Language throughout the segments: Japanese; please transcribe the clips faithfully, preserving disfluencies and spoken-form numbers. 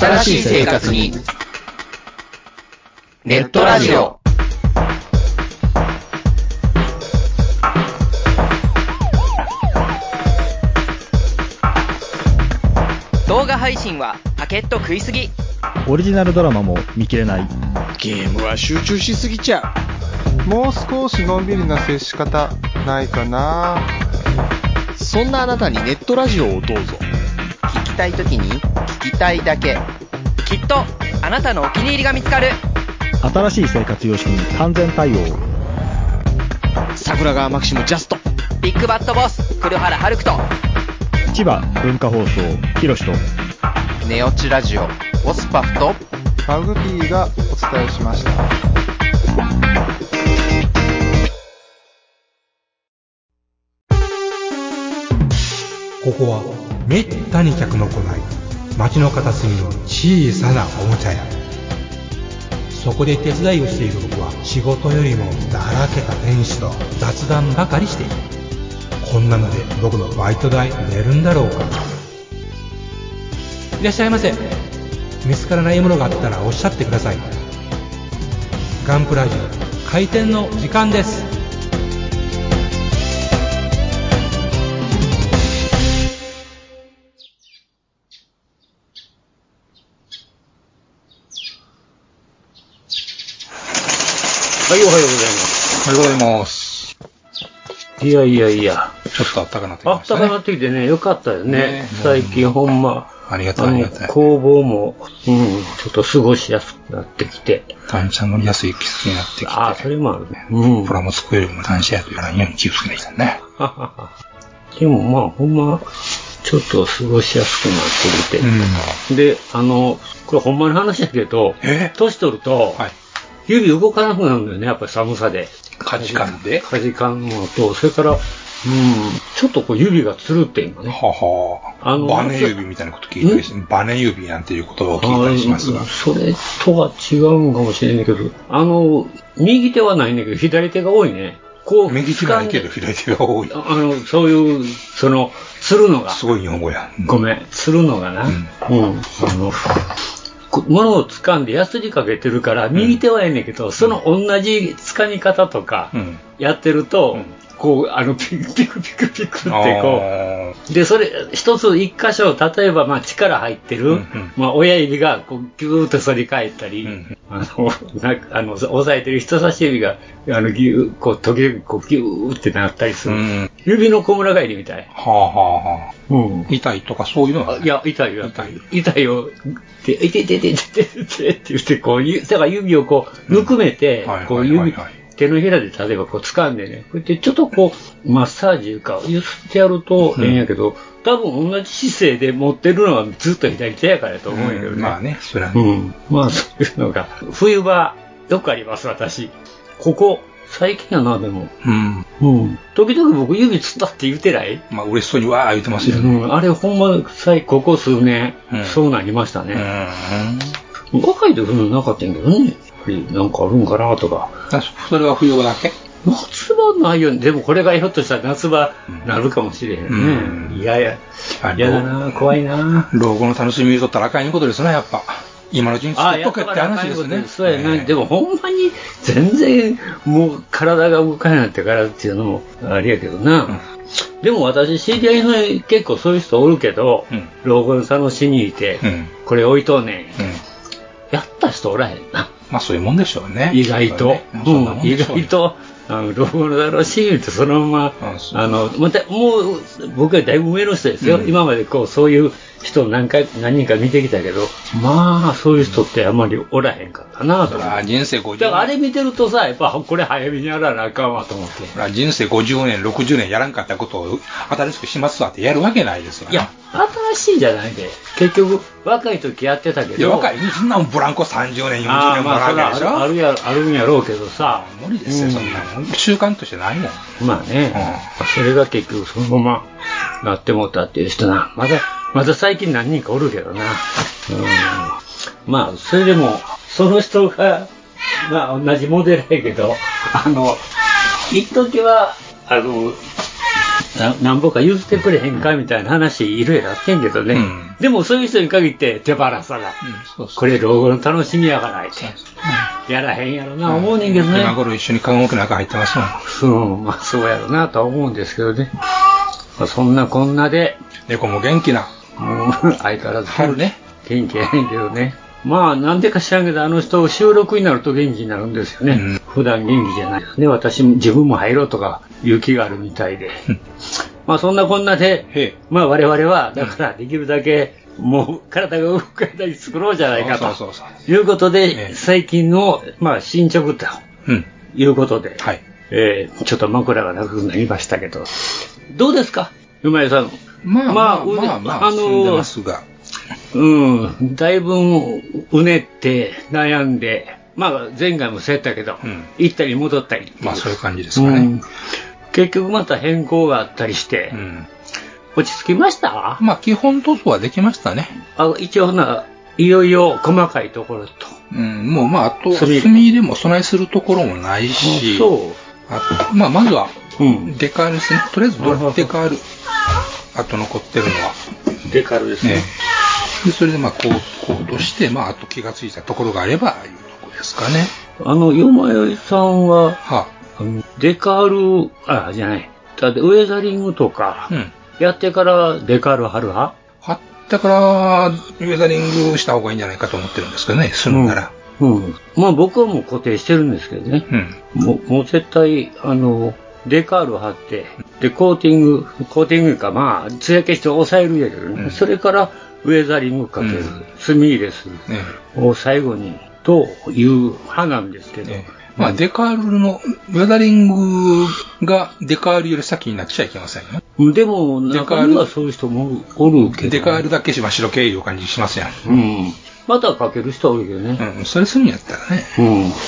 新しい生活にネットラジオ。 動画配信はパケット食いすぎ。 オリジナルドラマも見切れない。 ゲームは集中しすぎちゃう。もう少しのんびりな接し方ないかな。 そんなあなたにネットラジオをどうぞ。 聞きたいときに聞きたいだけ。きっとあなたのお気に入りが見つかる。 新しい生活様式に完全対応。 桜川マキシムジャスト。 ビッグバットボス黒原遥人。 千葉文化放送ひろしとネオチラジオオスパフとマグピーがお伝えしました。 ここはめったに客の来ない街の片隅の小さなおもちゃ屋。そこで手伝いをしている僕は仕事よりもだらけた店主と雑談ばかりしている。こんなので僕のバイト代出るんだろうか。いらっしゃいませ。見つからないものがあったらおっしゃってください。ガンプラジオ開店の時間です。 はい、おはようございます。 おはようございます。 いやいやいや。 ちょっと暖かなってきましたね。 暖かなってきてね、よかったよね。ね最近ほんま。 ありがたいありがたい。 工房も、うん、ちょっと過ごしやすくなってきて。 単車乗りやすい季節になってきて。 ああ、それもあるね。うん。 プラモ作るよりも単車やというように気をつけてきたね。 でもまあ、ほんま、ちょっと過ごしやすくなってきて。うん、で、あの、これほんまの話だけど、年取ると、はい、指動かなくなるんだよね、やっぱり寒さで。 かじかんでかじかんのと、それから、うん、ちょっとこう指がつるって今ね。 ははあの、バネ指みたいなこと聞いたりして、バネ指なんていう言葉を聞いたりしますが。 それとは違うんかもしれないけど、あの、右手はないんだけど、左手が多いね。 こう、右手ないけど、左手が多い。 あの、そういう、その、つるのが。 すごい日本語や。 うん、ごめん、つるのがな。うん。うん、あの、物を掴んでヤスリかけてるから、右手はええねんけど、うん、その同じ掴み方とか、やってると、うんこう、あの、ピクピクピクピクってこう。で、それ、一つ一箇所、例えば、まあ、力入ってる、うんうん、まあ、親指が、こう、ギューッと反り返ったり、うんうん、あの、なんか、あの、押さえてる人差し指が、あの、ギュー、こう、時々、こう、ギューってなったりする。うん、指の小村返りみたい。 はあはあはあ。うん。痛いとかそういうのは、 ね、いや、痛いよ、痛いよ。痛いよ。で、いていていていていてって言って、こう、だから指をこう、ぬくめて、うん、こう、指、手のひらで例えばこう掴んでね、こうやってちょっとこう、マッサージいうか、ゆすってやるとええんやけど、うん、多分同じ姿勢で持ってるのはずっと左手やからやと思うんやけどね。 うん、まあね、それはね。うん。まあそういうのが、冬場、よくあります、私。ここ、最近やな、でも。うん。うん。時々僕指つったって言うてない？ まあ嬉しそうにわー言ってますよね。 うん。あれほんま、ここ数年、うん、そうなりましたね。うん。若い時そんななかったんやけどね。なんかあるんかなとか。 それは冬場だけ？ 夏場ないよね。でもこれがひょっとしたら夏場なるかもしれへんね。うん、いやいや。嫌だな、怖いな。 老後の楽しみにとったらあかんことですね、やっぱ。今のうちに作っとけって話ですね。 そうやね。でもほんまに全然もう体が動かなくなってからっていうのもありやけどな。うん、でも私知り合いの結構そういう人おるけど、うん、老後の楽しみにいて、うん、これ置いとんねん。うん、やった人おらへんな。 まあそういうもんでしょうね。 意外と。ね、うん、意外と、あの、老後の楽しみってそのまま、あの、また、もう、僕はだいぶ上の人ですよ。うん、今までこう、そういう人を何回、何人か見てきたけど、まあ、そういう人ってあんまりおらへんかったなと。 あ人生ごじゅうねん。 だからあれ見てるとさ、やっぱこれ早めにやらなあかんわと思って。 人生ごじゅうねん、ろくじゅうねんやらんかったことを新しくしますわってやるわけないですよ。 いや、新しいじゃないで。結局、若い時やってたけど。 いや、若い、そんなもんブランコさんじゅうねん、よんじゅうねんもらうわけでしょ。 あるや、あるんやろうけどさ。 無理ですよ、そんなもん。習慣としてないもん。 まあね。うん、それが結局そのままなってもったっていう人な。まだ、まだ最近何人かおるけどな。うん。まあ、それでも、その人が、まあ同じモデルやけど、あの、一時は、あの、 ななんぼか譲ってくれへんかみたいな話いろいろあってんけどね、うん、でもそういう人に限って手放さない、うん、そうそうこれ老後の楽しみやからって、うん、やらへんやろな、うん、思うねんけどね。 今頃一緒に看護婦なんか入ってますもん。 そう、まあそうやろなとは思うんですけどね。まあ、そんなこんなで猫も元気な、 もう相変わらず春ね元気やねんけどね。まあなんでか知らんけどあの人収録になると元気になるんですよね、うん、普段元気じゃないですね。私も自分も入ろうとか勇気があるみたいでまあそんなこんなでまあ我々はだからできるだけもう体が動く間に作ろうじゃないかということで最近のまあ進捗ということで、はい、えー、ちょっと枕が長くなりましたけどどうですか今井さん。 まあまあまあまあ進んでますが、 うん、だいぶうねって悩んで、まあ前回もそうやったけど、うん、行ったり戻ったり。 まあそういう感じですかね。うん、 結局また変更があったりして、うん、落ち着きました？ まあ基本塗装はできましたね。 あ一応な、いよいよ細かいところと。 うん、もうまああと、墨入れも備えするところもないし、そう。あまあまずは、デカールですね。とりあえずデカール。あと残ってるのは。 デカールですね。ねでそれでまあこう、こうとして、まああと気がついたところがあれば、いうところですかね。 あの、よまよいさんは、はあ、あのデカール、あ、じゃない。だってウェザリングとか、うん、やってからデカール貼る派貼ってから、ウェザリングした方がいいんじゃないかと思ってるんですけどね、するなら。 うん。うん、まあ僕はもう固定してるんですけどね。うん、もうもう絶対、あの、デカール貼って、で、コーティング、コーティングか、まあ、艶消して抑えるやけどね、うん、それからウェザリングかける、うん、墨入れする、うん、を最後に、という派なんですけど。ね、 まあ、デカールの、ウェザリングがデカールより先になっちゃいけませんよ。 でも、中にはそういう人もおるけど、ね。 デカールだけし真っ白系いう感じしますやん。 うん。またかける人おるけどね。 うん、それするんやったらね。うん。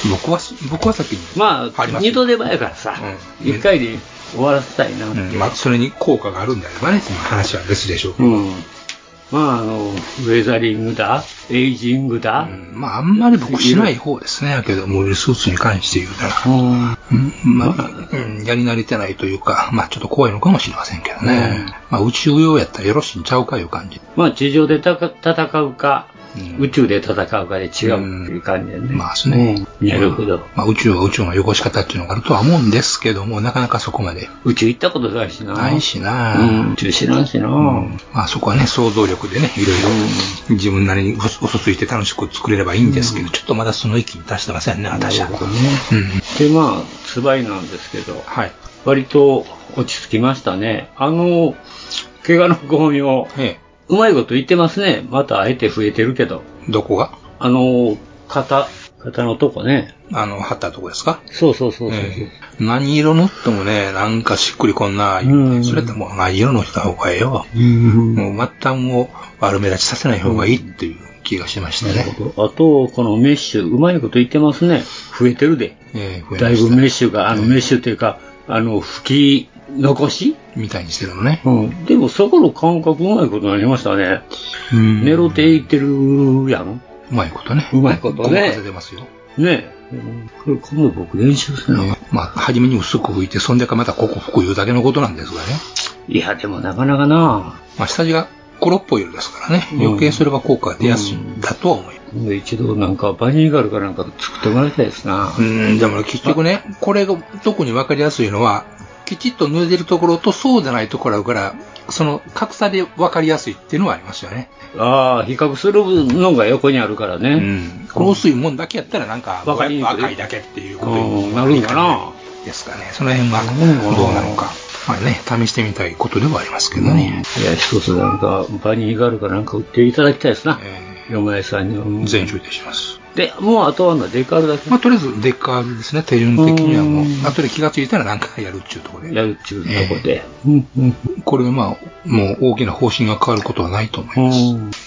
僕は、僕は先に。 まあ、二度手間やからさ、一、うん、回で終わらせたいなって、うん。 まあ、それに効果があるんであればね、その話は別でしょう。 うん。まあ、あの、ウェザリングだ、エイジングだ。うん、まあ、あんまり僕しない方ですね。けど、モデルスーツに関して言うたら。うん。まあ、うん、やり慣れてないというか、まあ、ちょっと怖いのかもしれませんけどね。うん、まあ、宇宙用やったらよろしいんちゃうかいう感じ。 まあ、地上でたか戦うか、うん、宇宙で戦うかで違うっていう感じでね。うん、 まあですね。 うん、なるほど。 まあ宇宙は宇宙の汚し方っていうのがあるとは思うんですけども、なかなかそこまで。 宇宙行ったことないしな。 ないしな。 うん、宇宙知らんしな。うん、 まあそこはね、想像力でね、いろいろ自分なりに嘘ついて楽しく作れればいいんですけど、うん、ちょっとまだその域に達してませんね、私は。なるほどね。 うん、で、まあ、つばいなんですけど、はい。割と落ち着きましたね。あの、怪我の巧妙。ええうまいこと言ってますね。またあえて増えてるけど。 どこがあの、肩、肩のとこね。 あの、貼ったとこですかそうそうそうそう、 えー。何色塗ってもね、なんかしっくりこんな、うん、それってもう何色塗った方がええよ。うん、もう末端を悪目立ちさせない方がいいっていう気がしましたね。なるほど。あと、このメッシュ、うまいこと言ってますね。増えてるで。えー、増えました。だいぶメッシュが、あのメッシュっていうか、あの、吹き、残しみたいにしてるのね。 うん。でもそこの感覚うまいことになりましたね。うん。ネロテいってるやん。 うまいことね。 うまいことね。 風出ますよ。 ねえ。これ今度僕練習するな。 まあ、初めに薄く吹いて、そんでかまたここ吹くいうだけのことなんですがね。 いや、でもなかなかな。 まあ、下地が黒っぽい色ですからね。余計それは効果が出やすいんだとは思います。 うん、一度なんかバニーガールかなんか作ってもらいたいですな。 うん、でも結局ね、これが特にわかりやすいのは、きちっと脱いでるところとそうじゃないところあるから、その格差で分かりやすいっていうのはありますよね。 ああ、比較するのが横にあるからね。うん。 この薄いもんだけやったらなんか、若いだけっていうことになるんかな。 ですかね。その辺はどうなのか。まあね、試してみたいことではありますけどね。 うん、いや、一つなんか、バニーガールかなんか売っていただきたいですな。えー、嫁さんに。 全種でします。 で、もうあとはな、デカールだけ。 まあ、とりあえずデカールですね。手順的にはもう、後で気がついたらなんかやるっちゅうところで。 やるっちゅうところで。 えーうんうん、これでまあ、もう大きな方針が変わることはないと思います。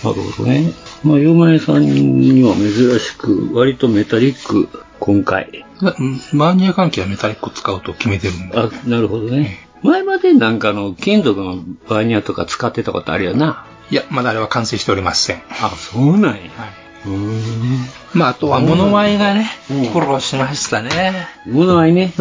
なるほどね。まあ、嫁さんには珍しく、割とメタリック、今回。 マーニア関係はメタリック使うと決めてるんで。 あ、なるほどね。前までなんかの金属のバーニアとか使ってたことあるよな。 いや、まだあれは完成しておりません。 あ、そうなんや。はい。 うーん。 まあ、あとは物合いがね、苦労しましたね。 物合いね。 うん。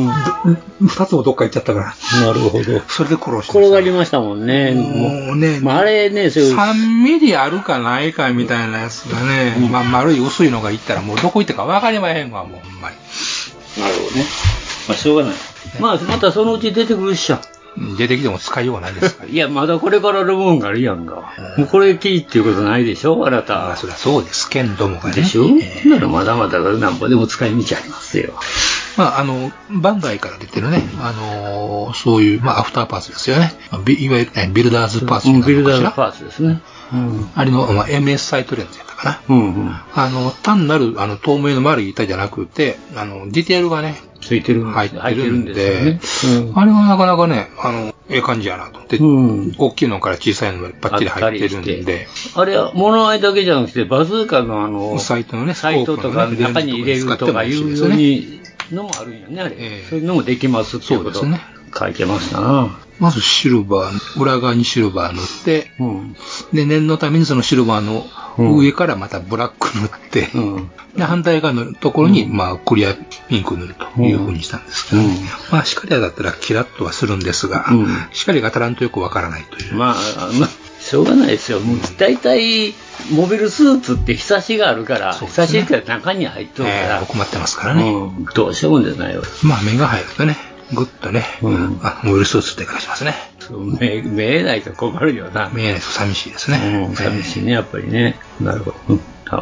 二つもどっか行っちゃったから。 なるほど。 それで苦労しました。 転がりましたもんね。 もうね、 まあ、あれね、そういう。 さんミリあるかないかみたいなやつがね、まあ、丸い薄いのがいったらもうどこ行ってか分かりまへんわ、もうほんまに。 なるほどね。まあ、しょうがない。まあ、またそのうち出てくるっしょ。 出てきても使いようがないですか。 いや、まだこれからのもんがあるやんか。もうこれきりっていうことないでしょ、あなた。 まあ、そりゃそうですけんどもがね。 でしょ、えー、ならまだまだなんぼでも使い道ありますよ。 まあ、あの、バンダイから出てるね、あのー、そういう、まあ、アフターパーツですよね。いわゆる、ね、ビルダーズパーツなのかしら。 ビルダーズパーツですね。 うん、あれの、まあ、エムエス サイトレンズやったかな。 うんうん、 あの、単なる、あの、透明の丸い板じゃなくて、あの、ディテールがね、 ついてる入ってるんで、 ですよね、 うん、あれはなかなかね、あの、ええ感じやなと思って、うん、大きいのから小さいのまでパッチリ入ってるんで。 あれは、物合いだけじゃなくて、バズーカのあの、 サイトのね、 サイトとか中に入れるとかいうように、のもあるんよね、あれ。えー、そういうのもできますっていうことを書いてましたな。 まずシルバー、裏側にシルバー塗って、うん、で、念のためにそのシルバーの上からまたブラック塗って、うん、で、反対側のところに、まあ、クリアピンク塗るという風にしたんですけど、ね、うん、まあ、光だったらキラッとはするんですが、うん、光が当たらんとよくわからないという。 まあ、まあ、しょうがないですよ。もう大体、モビルスーツって日差しがあるから、ね、日差しって中に入っとるから。 えー、困ってますからね、 うん。どうしようもないわ。 まあ、目が入るとね、ぐっとね、うん、あ、モビルスーツって感じしますね。 見, 見えないと困るよな。 見えないと寂しいですね。 うん、寂しいね、やっぱりね。なるほど。うん、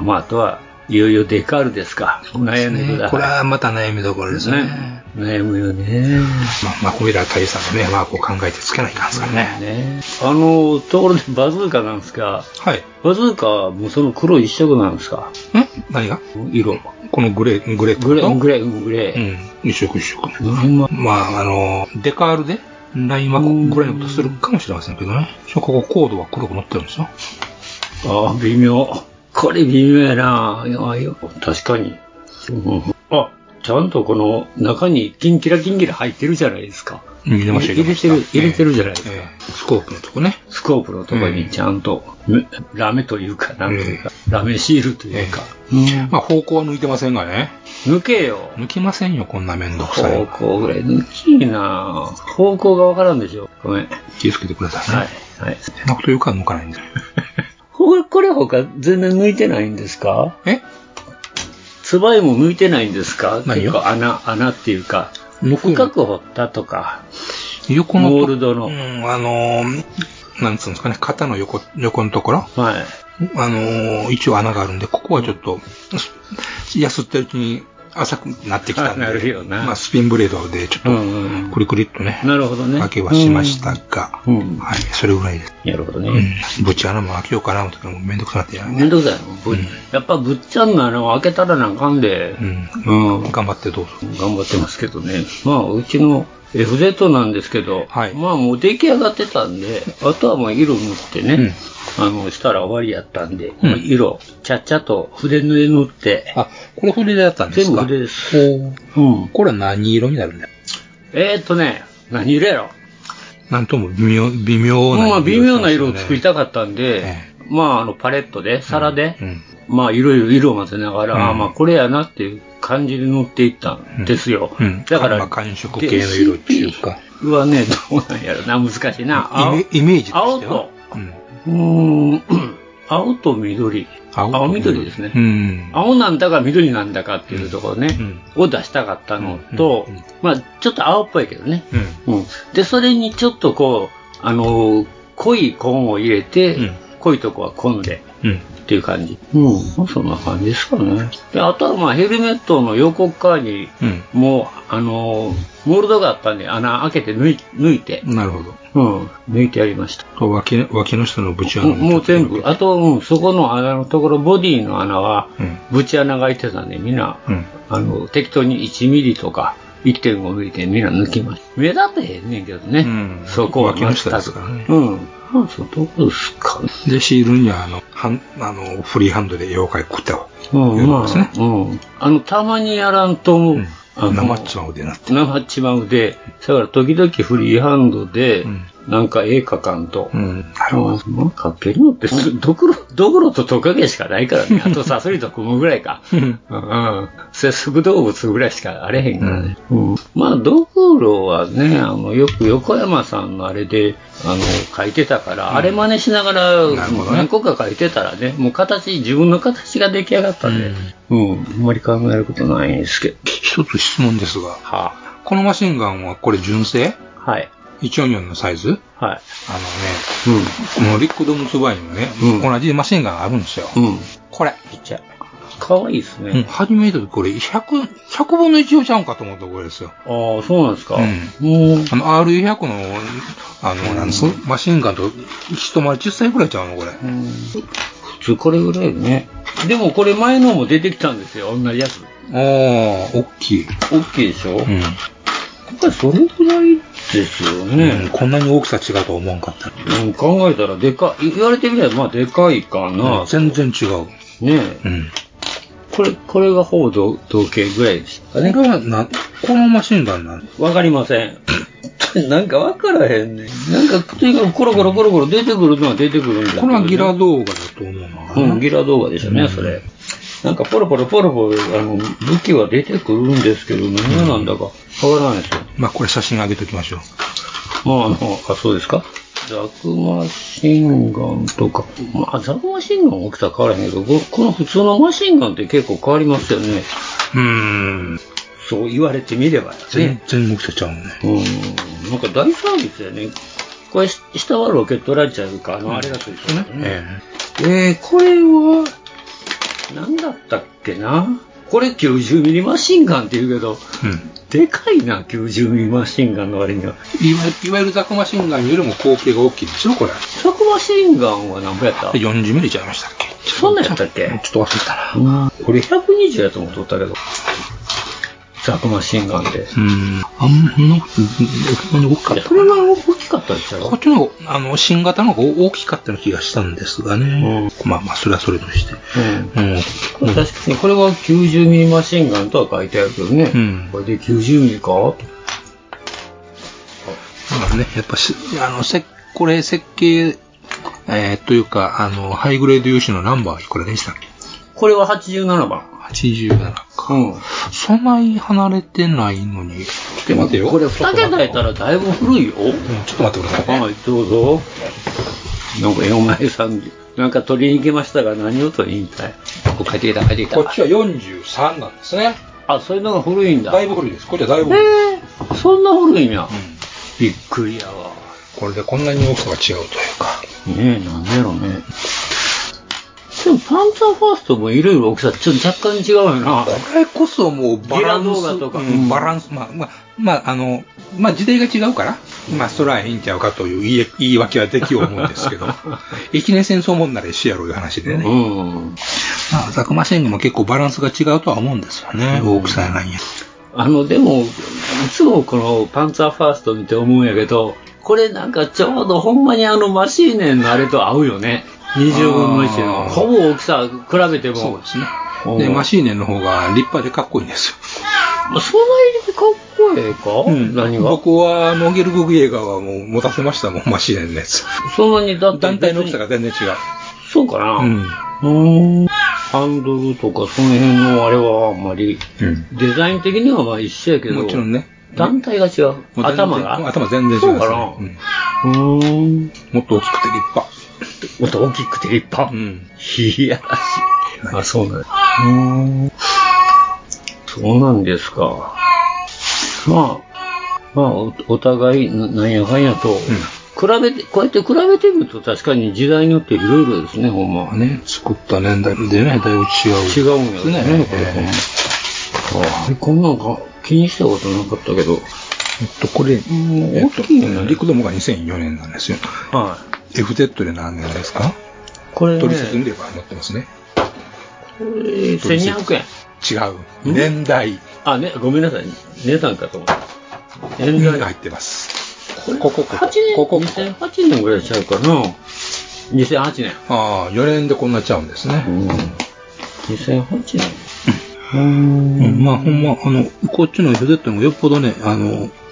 まあ、あとは、いよいよデカールですか。悩んでください。 これはまた悩みどころですね。ね、 悩むよね。 まあ、まあ、これら大佐のね、まあ、こう考えてつけないかんですからね。 ね、あの、ところでバズーカなんですが、 はい。 バズーカはもうその黒一色なんですか？ ん何が色。 このグレー、グレーってこと？ グレー、グレー、グレー。 うん。一色一色。まあ、あの、デカールでラインはぐらいのことするかもしれませんけどね。ここコードは黒く載ってるんですよ。 ああ、微妙。これ微妙やな。いやいや確かに、うん。あ、ちゃんとこの中にキンキラキンキラ入ってるじゃないですか。 入れました、 入れてる、入れてるじゃないですか。 えーえー、スコープのとこね。 スコープのとこにちゃんと、うん、ラメというか、なんというか、えー、ラメシールというか。 えーうん、まあ方向は抜いてませんがね。 抜けよ。 抜きませんよ、こんなめんどくさい。 方向ぐらい抜きいな方向がわからんでしょ。ごめん。 気をつけてくださいね。 はい。はい。 なくというか抜かないんですよ。 これ他全然抜いてないんですか？ え？ つばいも抜いてないんですか？ 何よ？ 穴、穴っていうか、深く掘ったとか、 横のモールドの。 うん、あのー、なんつうんですかね、肩の横、横のところ。 はい。 あのー、一応穴があるんで、ここはちょっと、やすってるうちに浅くなってきたんで、 なるよな。 まあ、スピンブレードでちょっと、クリクリっとね、 なるほどね。 開けはしましたが、 うん、 はい、それぐらいです。 なるほどね。 うん。ぶっち穴も開けようかなとかもめんどくさくなってやるね。 めんどくさいの、うん、やっぱぶっちゃんの穴を開けたらなんかんで、 うん。うん。頑張ってどうぞ。 頑張ってますけどね。まあ、うちの エフゼット なんですけど、はい、まあもう出来上がってたんで、あとはもう色塗ってね、うんあの、したら終わりやったんで、うん、色、ちゃっちゃと筆塗り塗って。 あ、これ筆だったんですか？ 全部筆です。うん。 これは何色になるんだよ？ えーっとね、何色やろ？ なんとも微妙、微妙な色、ね。 まあ微妙な色を作りたかったんで、ええ、まああのパレットで、皿で、うんうん、まあいろいろ色を混ぜながら、うん、あまあこれやなっていう感じで塗っていったんですよ。 うんうん、 だから、 まあ寒色系の色っていうか。 はね、どうなんやろな、難しいな。 イメージとしては青と、うんうーん青と緑。青, 青緑ですね、うん。青なんだか緑なんだかっていうところね、うん、を出したかったのと、うんうん、まあちょっと青っぽいけどね、うんうん。で、それにちょっとこう、あのー、濃い紺を入れて、うん、濃いとこは紺で、うん、っていう感じ。うん。そんな感じですかね。で、あとはまあヘルメットの横側に、もう、あのー、モールドがあったんで穴開けて抜い抜いて。 なるほど。 うん。抜いてやりました。 脇、脇の下のぶち穴も。 もう全部。あと、うん、そこの穴のところ、ボディの穴は、ぶち穴が開いてたんで、みんな、うん、あの、適当にいちミリとか、いってんごミリでみんな抜きました。目立ってへんねんけどね。うん、そこは脇の下ですからね。 うん。まあ、そのとこですかね。 で、シールには、あの、はん、あの、フリーハンドで妖怪食ったわ。 うん、まあ、ね、うん。あの、たまにやらんと、うん生っちまうでなって。 生っちまうで、だから時々フリーハンドで、うん、 なんか絵描かんと。 うん。なるほど。 描けるのって、ドクロ、ドクロとトカゲしかないからね。あとサソリとクモぐらいか。うん。うん。接触動物ぐらいしかあれへんからね。うん。うん、まあ、ドクロはね、あの、よく横山さんのあれで、あの、描いてたから、うん、あれ真似しながら、何個か描いてたらね、もう形、自分の形が出来上がったんで、うん。うん、あんまり考えることないんですけど。 一つ質問ですが、はあ、このマシンガンはこれ純正？ はい。 いちよんよんのサイズ？ はい。 あのね、うん、このリックドムツバインのね、うん、同じマシンガンあるんですよ。うん。これ。 ちっちゃい。かわいいですね。 うん。初めてこれひゃく、ひゃくぶんのいちをちゃうんかと思ったこれですよ。 ああ、そうなんですか。うん。 もう。あの、アールイーひゃく の、あの、なんです、マシンガンと一回り小さいぐらいちゃうのこれ。うん。 普通これぐらいね。でもこれ前のも出てきたんですよ、同じやつ。 ああ、大きい。 大きいでしょ。うん。やっぱりそれぐらいですよね、 うん。こんなに大きさ違うとは思わんかった。 うん、考えたらでかい、言われてみればまあでかいかな。 うん、全然違う。 ねえ。うん。これ、これがほぼ同型ぐらいでしたかね。 これはな、このマシンガンなんわかりません。なんかわからへんね。なんか、とにかくコロコロコロコロ出てくるのは出てくるんだけど、ね。 これはギラ動画だと思うな。うん、ギラ動画でしょうね、うん、それ。なんかポロポロポロポロ、あの、武器は出てくるんですけど、何がなんだかわからないですよ。 まあ、これ写真上げときましょう。まあ、あの、あ、そうですか。ザクマシンガンとか、まあ、ザクマシンガン大きさ変わらへんけど、この普通のマシンガンって結構変わりますよね。 うーん。 そう言われてみればね。 全然大きさちゃうね。 うん。なんか大サービスやね。これ、下はロケットランチャーか、あの、あれがついてるね。えー、えー、これは、何だったっけな。これきゅうじゅうミリマシンガンって言うけど、うん、でかいな、きゅうじゅうミリマシンガンの割には。 いわいわゆるザクマシンガンよりも口径が大きいでしょ、これ。 ザクマシンガンは何ぼやった ? よんじゅうミリちゃいましたっけ。 そんなんやったっけちょっと忘れたな。 これひゃくにじゅうやと思っとったけど。ザクマシンガンで。 うん。あんま、そんな大きかった。 それは大きかったですよ。 こっちの、あの、新型の方が大きかったような気がしたんですがね。うん、まあまあ、それはそれとして。うん。うんうん、確かに、これはきゅうじゅうミリマシンガンとは書いてあるけどね。うん。これできゅうじゅうミリかと。 まあね、やっぱし、あの、せ、これ設計、えー、というか、あの、ハイグレード融資のナンバーいくらでしたっけ？ これははちじゅうななばん。 はちじゅうななか。うん。そんなに離れてないのに。 ちょっと待ってよ。これにけたいたらだいぶ古いよ。うん、 ちょっと待ってください、ね。 はい、どうぞ。なんか、お前さん、なんか取りに行きましたが、何を取りに行ったい？ここ書いてきた、書いてきた。 こっちはよんじゅうさんなんですね。 あ、そういうのが古いんだ。 だいぶ古いです。こっちはだいぶ古い。 へー、そんな古いんや。うん、びっくりやわ。 これでこんなに大きさが違うというか。 ねえ、なんでやろうね。でもパンツァーファーストもいろいろ大きさちょっと若干違うよな。 これこそもうバランス。 動画とか。 うん、バランス、まあ、まあ、まあ、あの、まあ時代が違うから、まあそれはええんちゃうかという言い言い訳はできよう思うんですけど、一年戦争もんなら一緒やろういう話でね。うん。まあザクマシングも結構バランスが違うとは思うんですよね、うん、大きさやないや。 あの、でも、いつもこのパンツァーファースト見て思うんやけど、これなんかちょうどほんまにあのマシーネンのあれと合うよね。にじゅうぶんのいちの。ほぼ大きさ比べても。 そうですね。で、マシーネンの方が立派でかっこいいんですよ。 そんなにかっこええか、うん、何が僕は、あの、ゲルググイエガーはもう持たせましたもん、マシーネンのやつ。 そんなにだって。 団体の大きさが全然違う。 そうかな。うん。うん。ハンドルとかその辺のあれはあんまり、うん、デザイン的にはまあ一緒やけど。 もちろんね。 団体が違う。頭が頭全然違う、ね。 そうかな。うん。うんもっと大きくて立派。 もっと大きくて立派。うん。いやらしい。あ、そうなんです。うん。そうなんですか。まあ、まあ、お, お互い、なんやかんやと、うん、比べて、こうやって比べてみると確かに時代によっていろいろですね、ほんまはね。 作った年代でね、だいぶ違う。 違うんですね、これ、えー。こんなんか気にしたことなかったけど。 えっと、これ、 大きいね。 リクドモがにせんよねんなんですよ。はい。エフゼット で何年ですか？ これ、ね、 取説見れば載ってますね。 これ、せんにひゃくえん。 違う。年代。 あ、ね、ごめんなさい。値段かと思った。 年代が入ってます。 これ、ここ、ここ。ここ。にせんはちねんぐらいちゃうかな。にせんはちねん。 ああ、よねんでこんなちゃうんですね。うん。 にせんはちねん。 うん。まあ、ほんま、あの、こっちの エフゼット もよっぽどね、あの、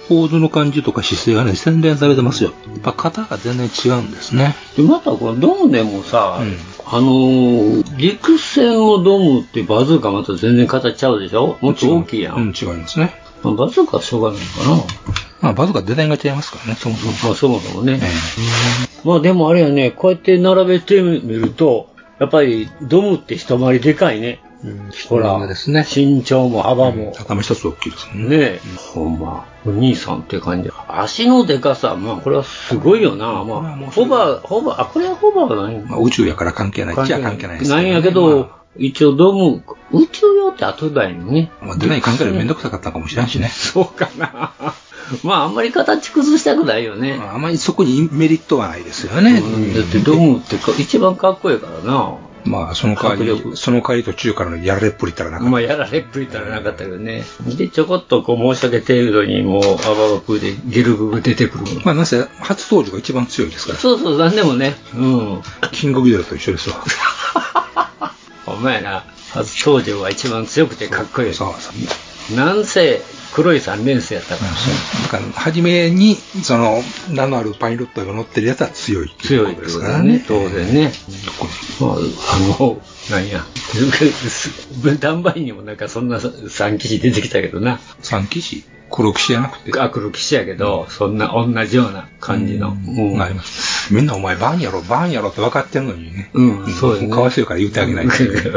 ポーズの感じとか姿勢がね、洗練されてますよ。やっぱ型が全然違うんですね。 で、またこのドムでもさ、うん、あのー、陸戦のドムってバズーカまた全然形ちゃうでしょ？もっと大きいやん。 うん、違いますね。 まあ、バズーカはしょうがないのかな。 まあ、バズーカデザインが違いますからね、そもそも。 まあ、そもそもね。えー、まあ、でもあれやね、こうやって並べてみると、やっぱりドムって一回りでかいね。 うん、ほら、ですね、 身長も幅も。 うん、頭一つ大きいですね。 ねえ。ほんま。お兄さんって感じ。足のでかさ、まあこれはすごいよな。まあ、ホバー、ホバー、あ、これはホバーがない、 まあ、宇宙やから関係ない。じゃ関係ないですね。なんやけど、まあ、一応ドーム、宇宙用って後だよね。 まあ、デザイン考えるのめんどくさかったかもしれんしね。 そうかな。まああんまり形崩したくないよね。 まあ、あんまりそこにメリットはないですよね。 うん、だってドームって一番かっこいいからな。 まあ、その代わり、その代わり途中からのやられっぷりったらなかった。 まあ、やられっぷりったらなかったけどね。で、ちょこっとこう申し訳程度にもう、アババクでゲルグが出てくる。 まあ、なぜ、初登場が一番強いですから。 そうそう、なんでもね。うん。 キングギドラと一緒ですわ。 ほんまやな。初登場が一番強くてかっこいい。そうそう。なんせ、黒い三連星やったからね。 だから、初めに、その、名のあるパイロットが乗ってるやつは強い。 強いですからね。当然ね。まあ、あの、なんや。ダンバインにもなんかそんな三騎士出てきたけどな。 三騎士黒騎士じゃなくて。 あ、黒騎士やけど、うん、そんな同じような感じの。 うんうん、あります。みんなお前バンやろ、バンやろって分かってんのにね。 うん、そうですね。 かわいそうから言ってあげないと。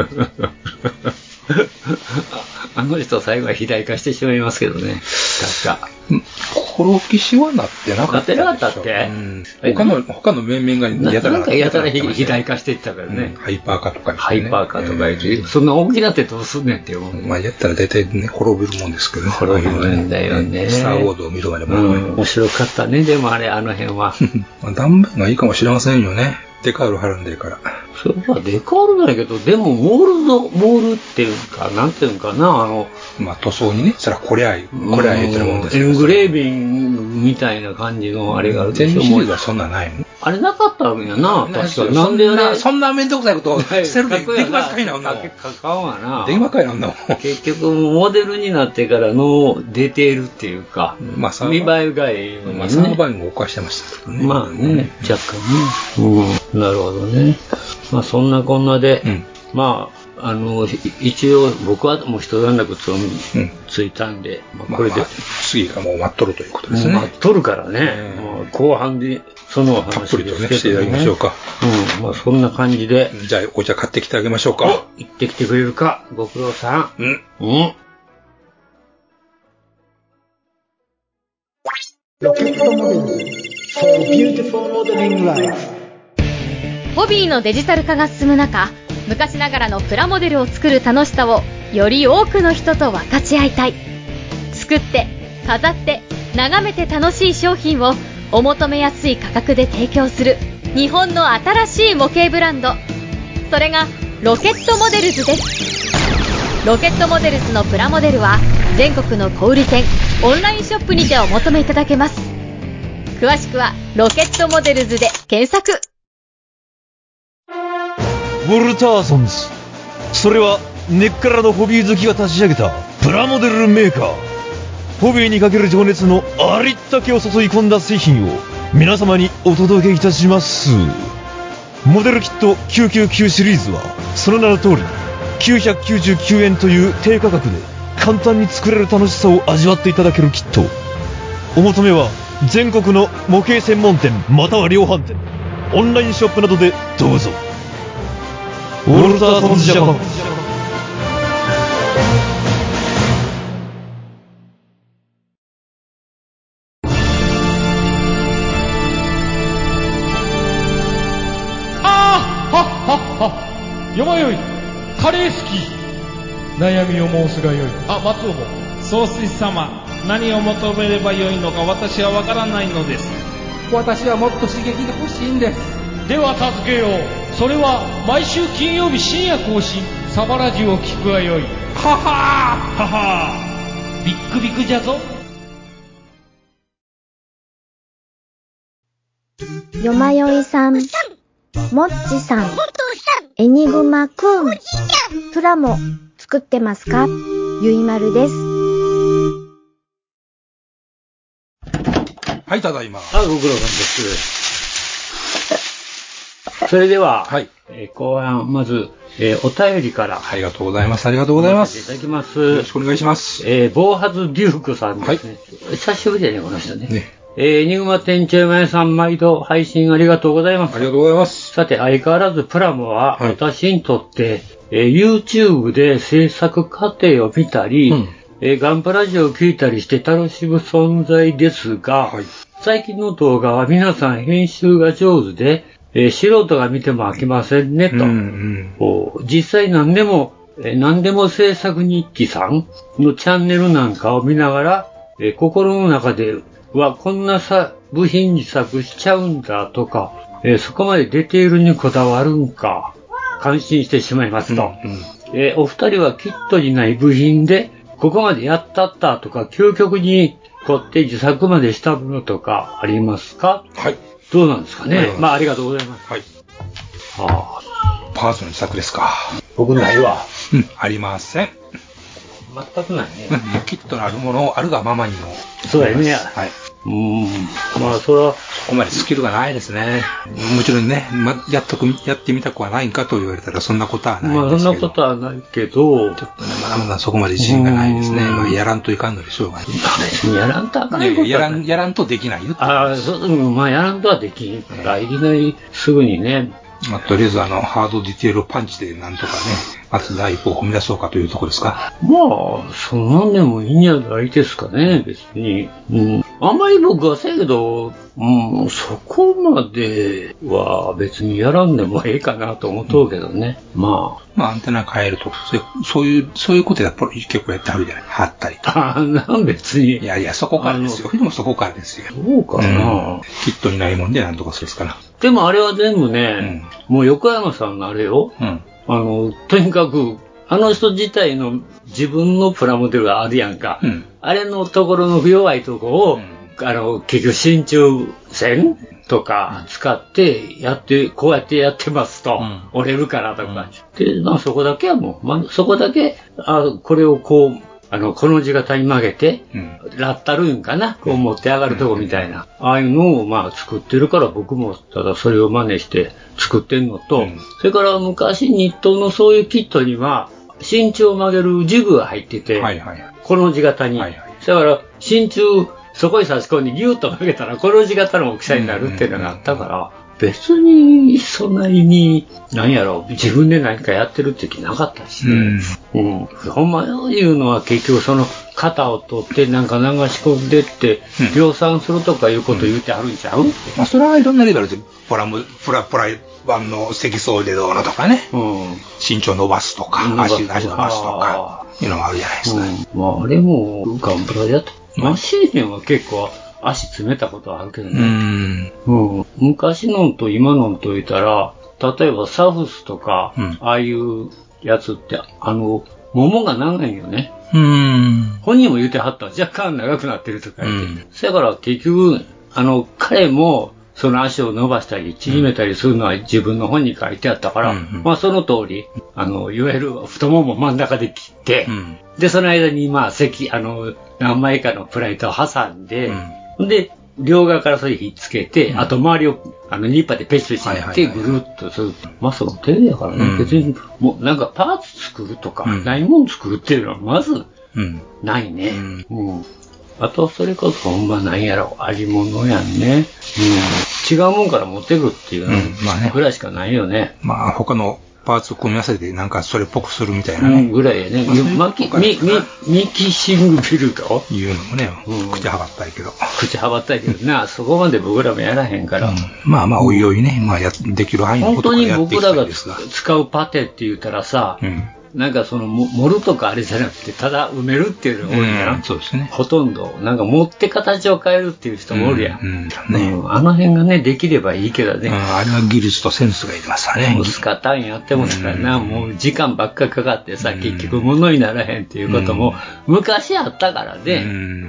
あの人最後は肥大化してしまいますけどね。確か。 黒騎士はなってなかった。 なってなかったっけ、うん、 他の、他の面々がやたら。なんかやたら肥大化していったからね、 うん。ハイパー化とか、ね。 ハイパー化とか言って、えー、そんな大きなってどうすんねんって思う。 まあやったら大体ね、滅びるもんですけどね。 滅びるんだよね。 スターウォーズを見るまでも、 うん。面白かったね、でもあれ、あの辺は。 まあ断面がいいかもしれませんよね。デカール貼るんでから。 それはデカールないけど、でもモールド、モールっていうか、なんていうのかな、あの、 まあ塗装にね、そらこりゃ、こりゃ言ってるもんですけど。エングレービングみたいな感じのあれがあるでしょ。全シリーズはそんなないの？ あれなかったわけやな、確かに。 なんでね、そんなめんどくさいことをしてるでできますかいな、 女も。かかんわな。 できますかいな、女も。 結局、モデルになってからのディテールっていうか、 まあ、 見栄えがいいよね。 まあ、サーバーにも犯してましたけどね。 まあね、若干ね。うん、なるほどね。まあ、そんなこんなで、うん、まあ、あの、一応僕はもう一段落つ,、うん、ついたんで、まあ、これで、まあ、 次がもう待っとるということですね。 待っとるからね、もう後半でその話たっぷりとね、していただきましょうか。 うん、まあそんな感じで。 じゃあお茶買ってきてあげましょうか。 行ってきてくれるか、ご苦労さん。 うん。 うん。 ロケットモデル for beautiful modeling life。 ホビーのデジタル化が進む中、昔ながらのプラモデルを作る楽しさをより多くの人と分かち合いたい。作って飾って眺めて楽しい商品をお求めやすい価格で提供する日本の新しい模型ブランド、それがロケットモデルズです。ロケットモデルズのプラモデルは全国の小売店、オンラインショップにてお求めいただけます。詳しくはロケットモデルズで検索。 ウォルターソンズ、それは根っからのホビー好きが立ち上げたプラモデルメーカー。ホビーにかける情熱のありったけを注い込んだ製品を皆様にお届けいたします。モデルキットきゅうひゃくきゅうじゅうきゅうシリーズはその名の通りきゅうひゃくきゅうじゅうきゅうえんという低価格で簡単に作れる楽しさを味わっていただけるキット。お求めは全国の模型専門店または量販店、オンラインショップなどでどうぞ。ウォルターソンズジャパン。 あーはっはっは、よまよいカレー好き、悩みを申すがよい。あ、松尾も。 総帥様、何を求めればよいのか私はわからないのです。 私はもっと刺激が欲しいんです。では助けよう。それは毎週金曜日深夜更新、サバラジを聞くがよい。ははーははー、ビックビックじゃぞ。 よまよいさん、もっちさん、エニグマくん、プラモ作ってますか？ゆいまるです。 はい、ただいま。 あ、ご苦労さんです。それでは、はい。えー、後半、まず、えー、お便りから。 ありがとうございます。ありがとうございます。 いただきます。 よろしくお願いします。 えー、ボーハズデュークさんですね。はい。久しぶりだね、この人ね。ね。えー、エニグマ店長前さん、毎度配信ありがとうございます。 ありがとうございます。 さて、相変わらずプラモは、私にとって、はい、えー、YouTube で制作過程を見たり、うん、えー、ガンプラジオを聞いたりして楽しむ存在ですが、はい、最近の動画は皆さん編集が上手で、えー、素人が見ても飽きませんね、と。うんうん、実際何でも、えー、何でも制作日記さんのチャンネルなんかを見ながら、えー、心の中で、はこんなさ部品自作しちゃうんだとか、えー、そこまでディテールにこだわるんか、感心してしまいますと。うんうん、えー、お二人はキットにない部品で、ここまでやったったとか、究極に凝って自作までしたものとかありますか？ はい。 どうなんですかね。まあ、ありがとうございます。 はい。はあ。パーツの自作ですか。 僕ないわ。 うん、ありません。 全くないね。 うん、キットのあるものをあるがままにも。 そうだよね。 はい。 うーん。まあ、それは。 そこまでスキルがないですね。もちろんね、ま、やっとく、やってみたくはないんかと言われたらそんなことはないんですけど。 まあ、そんなことはないけど。 ちょっとね、まだまだそこまで自信がないですね。まあ、やらんといかんのでしょうがね。 やらんとあかんことはやらん、やらんとできないよ。 ああ、そう、まあ、やらんとはできんから、いきなりすぐにね。 まあ、とりあえずあの、ハードディテールパンチでなんとかね、まず第一歩を踏み出そうかというところですか。 まあ、そんなんでもいいんじゃないですかね、別に。うん。あんまり僕はせやけど、うん、そこまでは別にやらんでもええかなと思っとうけどね。うん、まあ。 まあ、アンテナ変えると、そういう、そういうことやっぱり結構やってはるじゃない。貼ったりとか。 ああ、なん別に。 いやいや、そこからですよ。でもそこからですよ。 そうかな、うん、 キットにないもんでなんとかするですから。 でもあれは全部ね、うん、もう横山さんのあれよ。うん、あの、とにかく、あの人自体の自分のプラモデルがあるやんか。うん、あれのところの弱いところを、うん、あの、結局真鍮線とか使ってやって、こうやってやってますと、うん、折れるからとか。うん、で、まあそこだけはもう、まあそこだけ、あこれをこう、あの、この字型に曲げて、うん、ラッタルーンかな、こう持って上がるとこみたいな、ああいうのをまあ作ってるから僕もただそれを真似して作ってんのと、うん、それから昔日東のそういうキットには真鍮を曲げるジグが入ってて、はいはい、この字型に。はいはい、だから真鍮そこに差し込んでギュッと曲げたらこの字型の大きさになるっていうのがあったから、別にそんなに、何やろう、自分で何かやってるって気なかったしね。うん。うん、ほんま言うのは結局その型を取ってなんか流し込んでって、量産するとかいうこと言ってあるんちゃう？うん、 まあそれはいろんなレベルで、プラム、プラ、プラ版の積層でどうのとかね。うん。身長伸ばすとか、足、足伸ばすとか、いうのもあるじゃないですか。 うん、まああれもガンプラでやった。マシーンは結構、足詰めたことはあるけどね。うんうん、昔のと今のと言ったら、例えばサフスとか、うん、ああいうやつって、あの、桃が長いよね。うん本人も言うてはったら若干長くなってるとか言って。うん、そやから結局、あの、彼も、その足を伸ばしたり縮めたりするのは自分の本に書いてあったから、うんうん、まあその通り、あの、いわゆる太もも真ん中で切って、うん、で、その間にまあ、席、あの、何枚かのプライトを挟んで、うん、で、両側からそれひっつけて、うん、あと周りを、あの、ニッパーでペチペチしてぐるっとする。まあその手やからね、うん、別に、もうなんかパーツ作るとか、うん、ないもん作るっていうのはまず、ないね。うんうんあと、それこそほんまなんやろ、ありものやんね。うん。違うもんから持ってくるっていうの、うん、まあね。ぐらいしかないよね。 まあ、他のパーツを組み合わせてなんかそれっぽくするみたいなね。 うん、ぐらいやね。まき、み、み、ミキシングビルドいうのもね、うん、口はばったいけど。 口はばったいけどな、そこまで僕らもやらへんから。うん、 まあまあ、おいおいね、まあや、できる範囲のことからやっていきたいですが。 本当に僕らが使うパテって言ったらさ、うんなんかその、盛るとかあれじゃなくて、ただ埋めるっていうのが多いな、うん。そうですね。ほとんど。なんか持って形を変えるっていう人もおるやん。うんうんねうん、あの辺がね、できればいいけどね。うん、 あれは技術とセンスがいりますわね。 スカタンやってもたらな、うん、もう時間ばっかかかってさ、結局物にならへんっていうことも昔あったからね。うん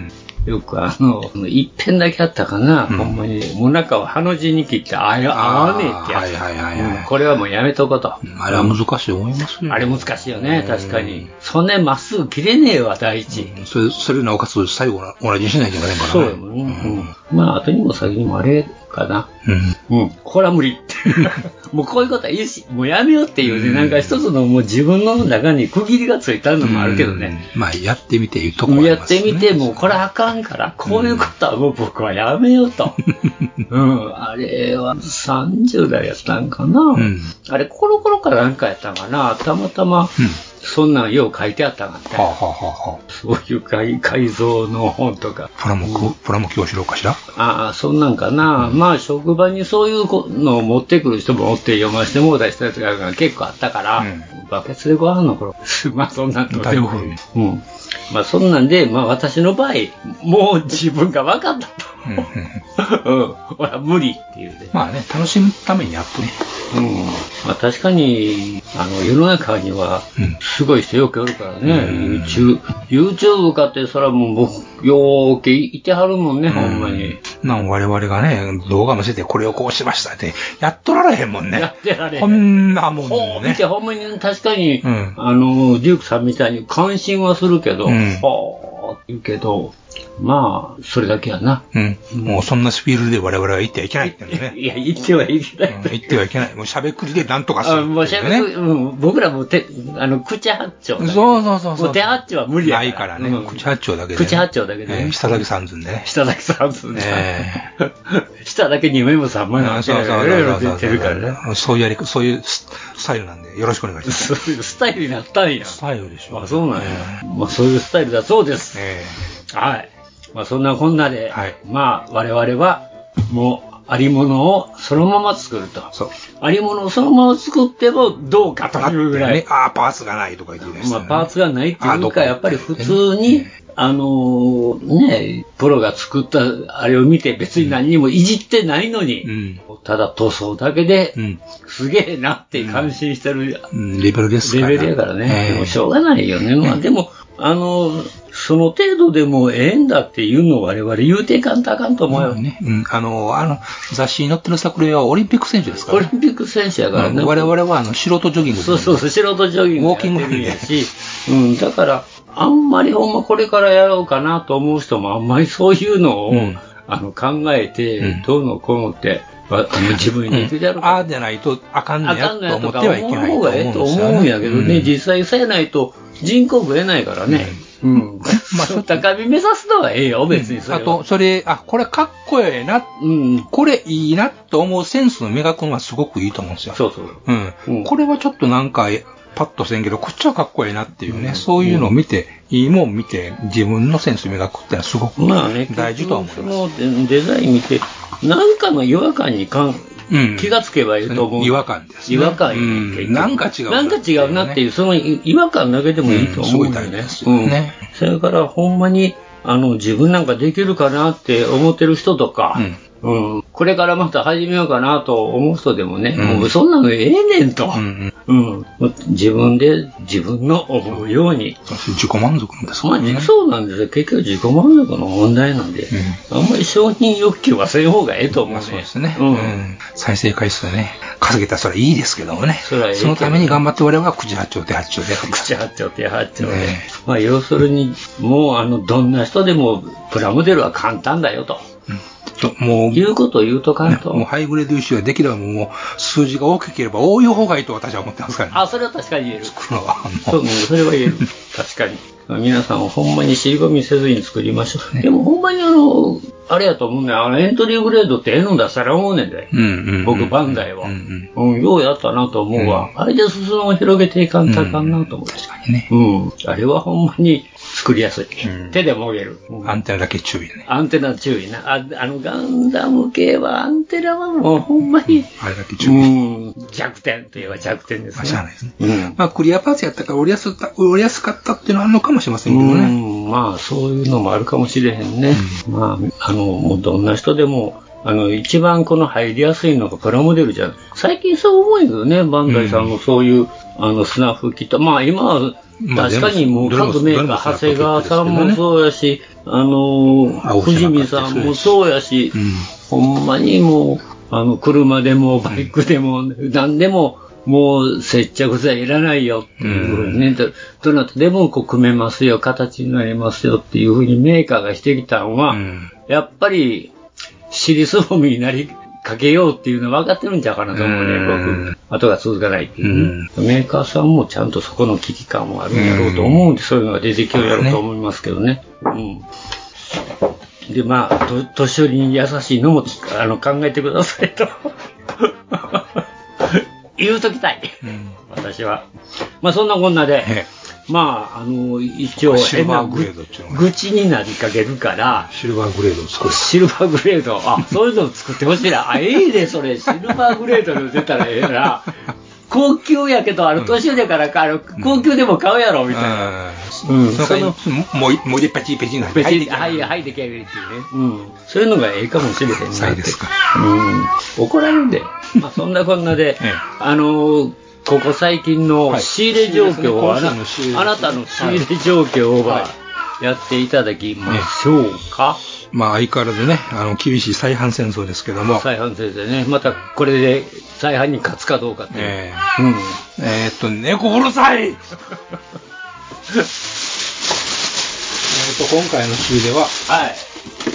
よくあの、一遍だけあったかな、うん、ほんまに、もなかをハの字に切ってあや、合わねえってやつ。はいはいはい、はいうん。これはもうやめとこうと。 うん、あれは難しいと思いますよ、ね。 あれ難しいよね、確かに。そんなまっすぐ切れねえわ、第一。 うん、それ、それなおかつ最後同じにしないといけないからね。 そうよね。うん。まあ、後にも先にもあれかな。うん。うん。これは無理。もうこういうことはいいし、もうやめようっていうね、うん、なんか一つのもう自分の中に区切りがついたのもあるけどね。 うん、まあ、やってみていうところ、ね、 やってみて、もうこれあかんから、こういうことはもう僕はやめようと。うん。あれはさんじゅう代やったんかな。うん、あれ、コロコロかなんかやったんかな。たまたま、うんそんなんよう書いてあったがって。はあはあはあ、そういう改改造の本とか。 プラモ、うん、プラモ教師郎かしらああ、そんなんかな。うん、まあ、職場にそういうのを持ってくる人もおって読ませてもらった人たちが結構あったから、うん、バケツでご飯の頃。まあ、そんなんとでも。うん。まあ、そんなんで、まあ、私の場合、もう自分が分かったと。うん。うん。ほら、無理っていうね。 まあね、楽しむためにやっとね。 うん。まあ、確かに、あの、世の中には、すごい人よくおるからね。うん、YouTube、YouTube かって、それはもう、僕、よーけいてはるもんね、うん、ほんまに。 なん我々がね、動画見せてこれをこうしましたって、やっとられへんもんね。 やってられへん。 こんなもんね。 見て、ほんまに確かに、うん、あの、デュークさんみたいに関心はするけど、うん、はーって言うけど、まあ、それだけやな。 うん。もうそんなスピードで我々は行ってはいけないってね。 いや、行ってはいけない。 うん、行ってはいけない。もうしゃべくりでなんとかする、ね。 あもうしゃべくり、うん、僕らも手、あの、口八丁。 そうそうそうそう。 もう手八丁は無理やから。ないからね。うん、口八丁だけで、 ね。口八丁だけで、ね。 えー、下だけ三寸でね。 下だけ三寸で。えー、下だけに目も三枚なんて。そうそうそう。いろいろ出てるからね。 そういうやり、そういうスタイルなんで、よろしくお願いします。 そういうスタイルになったんや。 スタイルでしょ。 あ、そうなんや。えー、まあ、そういうスタイルだそうです。えー、はい。まあそんなこんなで、はい、まあ我々はもうありものをそのまま作ると。そう。ありものをそのまま作ってもどうかというぐらい。 ね、ああ、パーツがないとか言ってました、 ね。まあパーツがないっていうか、やっぱり普通に、あのー、ね、プロが作ったあれを見て別に何にもいじってないのに、うん、ただ塗装だけで、うん、すげえなって感心してる、 うん、レベルですから。レベルやからね。でもしょうがないよね。まあでも、あのー、その程度でもええんだっていうのを我々言うていかんとあかんと思うよ。 うんね。うん。あの、あの、雑誌に載ってる作例はオリンピック選手ですからね。オリンピック選手やからね。 うん、我々はあの素人ジョギング。 そうそうそう、素人ジョギング。 ウォーキングやし、うん、だから、あんまりほんまこれからやろうかなと思う人もあんまりそういうのを、うん、あの考えて、どうのこうのって、あの自分にできるやろうか、うん。ああでないとあかんねやと思ってはいけないと思うんですよね。 と思うんやけどね、うん、実際さえないと人口増えないからね。うん。まあ、高み目指すのはええよ、別にそれは。 あと、それ、あ、これかっこええな、うん、これいいなと思うセンスの磨くのはすごくいいと思うんですよ。 そうそう。 うん。うん、これはちょっとなんか、パッとせんけど、こっちはかっこええなっていうね、うん、そういうのを見て、うん、いいもん見て、自分のセンス磨くってのはすごく大事とは思います。 まあね、そのデザイン見て、なんかの違和感にかん、うん、気がつけばいいと思う。 違和感です、 ね。違和感、 うん、なんか違う、 ね。なんか違うなっていう、その違和感だけでもいいと思うんだよね。うん、すごい大事ですよね。うん。それから、ほんまに、あの、自分なんかできるかなって思ってる人とか、うんうん、これからまた始めようかなと思う人でもね、うん、もうそんなのええねんと、うんうんうん、自分で自分の思うように。 自己満足なんですかね。 まあ、そうなんですよ。結局自己満足の問題なんで、うん、あんまり承認欲求はせん方がええと思うね。まあ、 そうですね、うんうん。再生回数ね、稼げたらそれはいいですけどもね。そ, れそのために頑張って我々は口八丁手八丁で。 口八丁手八丁で。ね、まあ要するに、もうあの、どんな人でもプラモデルは簡単だよと。うんもう、言うことを言うとかんと。 もうハイブレード油脂ができればもう数字が大きければ多い方がいいと私は思ってますからね。 あ、それは確かに言える。作るのは。そう、それは言える。確かに。皆さんはほんまに尻込みせずに作りましょう。ね、でもほんまにあの、あれやと思うね。あのエントリーグレードってええの出したら思うねんで。うんうんうん、僕、バンダイは、うんうんうん。ようやったなと思うわ。うん、あれで裾を広げていかんとあかんなと思う。 確かにね。 うん。あれはほんまに作りやすい。うん、手でもげる、 うん。アンテナだけ注意ね。 アンテナ注意な。あ、あのガンダム系はアンテナはもうほんまに。うん、 あれだけ注意。 うん。弱点といえば弱点ですね。 まあ、しゃあないですね。うん。まあ、クリアパーツやったから売りやすかった、売りやすかったっていうのはあるのかもしれませんけどね。 うん。まあ、そういうのもあるかもしれへんね。うん、まあ、あの、もうどんな人でも、あの、一番この入りやすいのがプラモデルじゃん。最近そう思うんだよね。バンダイさんのそういう、うん、あの、スナフキット。まあ今は、確かにもう各メーカー、長谷川さんもそうやし、 あのー、藤見さんもそうやし、うん、ほんまにもう、あの、車でもバイクでも、うん、何でも、もう接着剤いらないよっていうふうにね、うん、ど, どなたでもこう組めますよ、形になりますよっていうふうにメーカーがしてきたのは、うん、やっぱり、尻すぼみになりかけようっていうのは分かってるんちゃうかなと思うね、うん、僕。後が続かないっていう、ね、うん、メーカーさんもちゃんとそこの危機感もあるんやろうと思うんで、うん、そういうのが出てきようやろうと思いますけどね。うん。で、まあ、と年寄りに優しいのもあの考えてくださいと。言うときたい、うん、私は。まあそんなこんなで、まあ、あの、一応、 シルバーグレードっていうのが愚痴になりかけるから、 シルバーグレードを作る。 シルバーグレード、あ、そういうのを作ってほしいな。あ、ええね、それ、シルバーグレードで出たらええな。高級やけど、ある年寄りからか、あの、高級でも買うやろ、みたいな。 うん。その、もう、もうでペチペチな。 ペチ、はい、はい、できゃべるっていうね。うん。そういうのがええかもしれへんな。 そうですか。 うん。怒られるんで。まあ、そんなこんなで、あの、ここ最近の仕入れ状況を、はい、あ, なあなたの仕入れ状況をやっていただきましょうか。はい、 まあ相変わらずね、あの厳しい再販戦争ですけども。 再販戦争ね。またこれで再販に勝つかどうかっていう。えー、うん、 えー、っと、猫うるさいえっと、今回の仕入れは、 はい。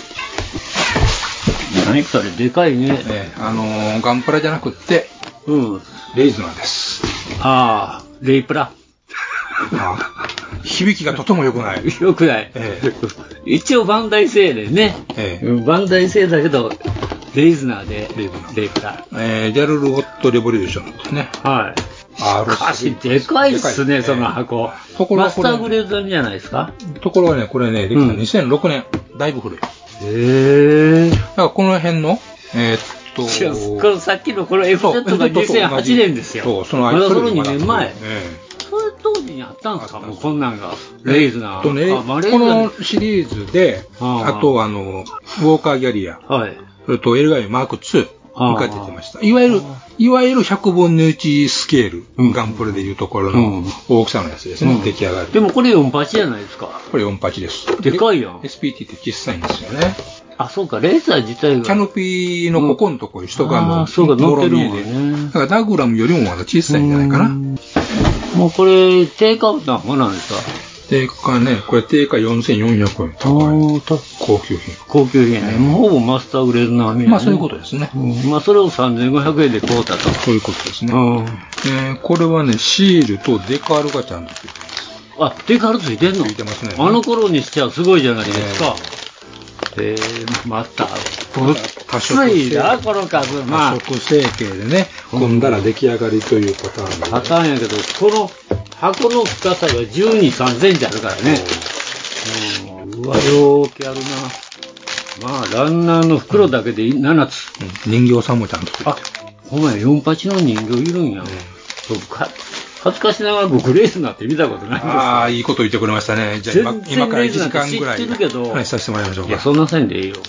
何それ、でかいね。 えー、あのー、ガンプラじゃなくって、 うん。 レイズナーです。 ああ、レイプラ。 あ響きがとても良くない。 良くない。ええ、一応バンダイ製でね。ええ、バンダイ製だけど、レイズナーでレイプラ。レイプラ。 えー、ジャルル・ゴット・レボリューションですね。 はい。ああ、歌詞でかいっすね、その箱。ところマスターグレードじゃないですか。 ところはね、これね、できたにせんろくねん、うん、だいぶ古い。へえ。 だからこの辺の、えーこのさっきのこの エフゼット がにせんはちねんですよ。 そう、そのまだそのにねんまえ。それ当時にあったんですか、もうこんなんが。レイズナー。 とね、このシリーズで、あとあの、ウォーカーギャリア。はい。それと エルガイ マークツーが出てました。いわゆる、いわゆるひゃくぶんのいちスケール、ガンプレでいうところの大きさのやつですね、出来上がる。 でもこれよんはちじゃないですか。 これよんはちです。 でかいやん。 エスピーティー って小さいんですよね。 あ、そうか、レーザー自体が。 キャノピーのここのところに人がもう、そうか、乗ってるもんね。 だからダグラムよりもまだ小さいんじゃないかな。 もうこれ、定価は何なんですか？ 定価ね、これ定価よんせんよんひゃくえん。高い。高級品。 高級品ね。もうほぼマスターグレード並み、ね。 まあそういうことですね。 うん、まあそれをさんぜんごひゃくえんで買うたと。 そういうことですね。えー、これはね、シールとデカールがちゃんとついてます。あ、デカールついてんの？ ついてますね。 あの頃にしちゃすごいじゃないですか。えー、また、ごっついな、この数。まあ、多色成形でね、組んだら出来上がりというパターンで。 パターンやけど、この箱の深さがじゅうに、さんセンチあるからね。うん、うわ、よーけあるな。まあ、ランナーの袋だけでななつ。 うん、人形さんもちゃんとついてる。 あ、ほんまや、よんはちの人形いるんや。うん、そうか。恥ずかしながら僕レースなんて見たことないんですよ。 ああ、いいこと言ってくれましたね。じゃあ今、今からいちじかんぐらい。 知ってるけど。 はい、させてもらいましょうか。 いや、そんな線でいいよ。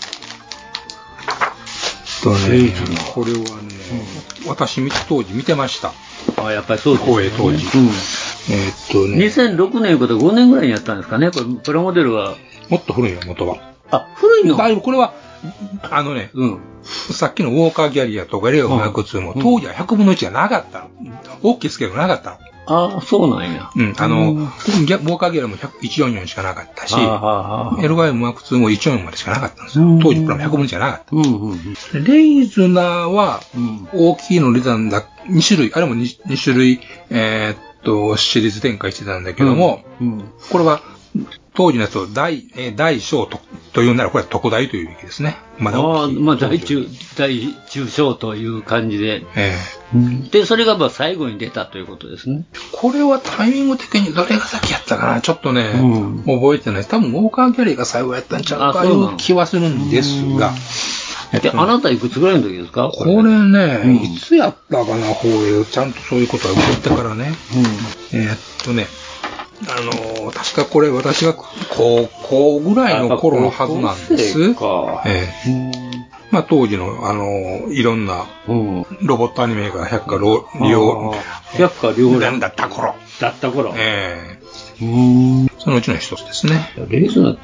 とね、これはね、うん、私当時見てました。 あ、やっぱりそうですね。 光栄当時。うん、えー、っとね。 にせんろくねんいうことはごねんぐらいにやったんですかね。これ、プラモデルは。 もっと古いよ、元は。 あ、古いの？ だいぶ、これは、あのね、うん。さっきのウォーカーギャリアとかレオマークツーも、当時はひゃくぶんのいちがなかったの。大きいスケールがなかったの。 ああ、そうなんや。 うん。あの、ウォーカーギャリアもいちよんよんしかなかったし、エルガイマークツーもいちよんよんまでしかなかったんですよ。当時プラもひゃくぶんのいちがなかった。うんうんうん、レイズナーは、大きいの出たんだ、に種類、あれも 2, 2種類、えー、っと、シリーズ展開してたんだけども、うんうん、これは、当時のやつを大、えー、大小と、というなら、これは特大というべきですね。 まだ大きい。ああ、まあ大中、大中小という感じで。ええー。で、それがまあ最後に出たということですね。 これはタイミング的にどれが先やったかなちょっとね、うん、覚えてない。多分、ウォーカーギャリーが最後やったんちゃうかいう気はするんですが。 で、あなたいくつぐらいの時ですかこれね、うん、いつやったかな、放映。ちゃんとそういうことは覚えてからね。うん、えー、っとね、あのー、確かこれ私が高校ぐらいの頃のはずなんです。ええ、まあ当時の、あのー、いろんなロボットアニメが百花両百花両乱だった頃。 だった頃。 ええ、うん、そのうちの一つですね。 レーズナーって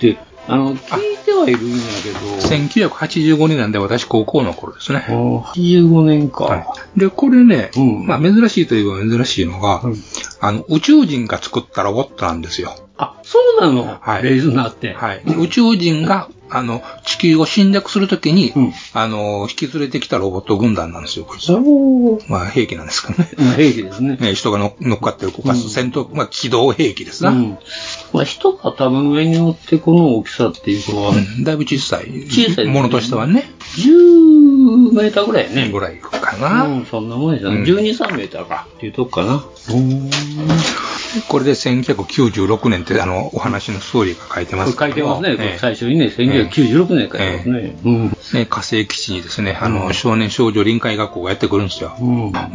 あの、聞いてはいるんやけど。 せんきゅうひゃくはちじゅうごねんなんで私高校の頃ですね。 はちじゅうごねんか。はい、 で、これね、うん、まあ珍しいといえば珍しいのが、うん、あの、宇宙人が作ったロボットなんですよ。 あ、そうなの？はい。レイズナーって。 はい。宇宙人が、あの、地球を侵略するときに、うん、あの、引き連れてきたロボット軍団なんですよ、こいつは。まあ、兵器なんですけどね。 まあ、兵器ですね。 ね、人が乗っかって動かす戦闘、うん、まあ、機動兵器ですな。うん、 まあ、人が多分上に乗ってこの大きさっていうのは、 うん、だいぶ小さい。 小さい、ね。 ものとしてはね。 じゅうメーターぐらいね。 ぐらいかな。 うん、そんなもんですよね。うん、じゅうに、さんメーターかっていうとこかな。 これでせんきゅうひゃくきゅうじゅうろくねんってあのお話のストーリーが書いてますけど。 書いてますね。えー、最初にね、せんきゅうひゃくきゅうじゅうろくねん書いてますね。えーうんね、火星基地にですね、あの、うん、少年少女臨海学校がやってくるんですよ。うん、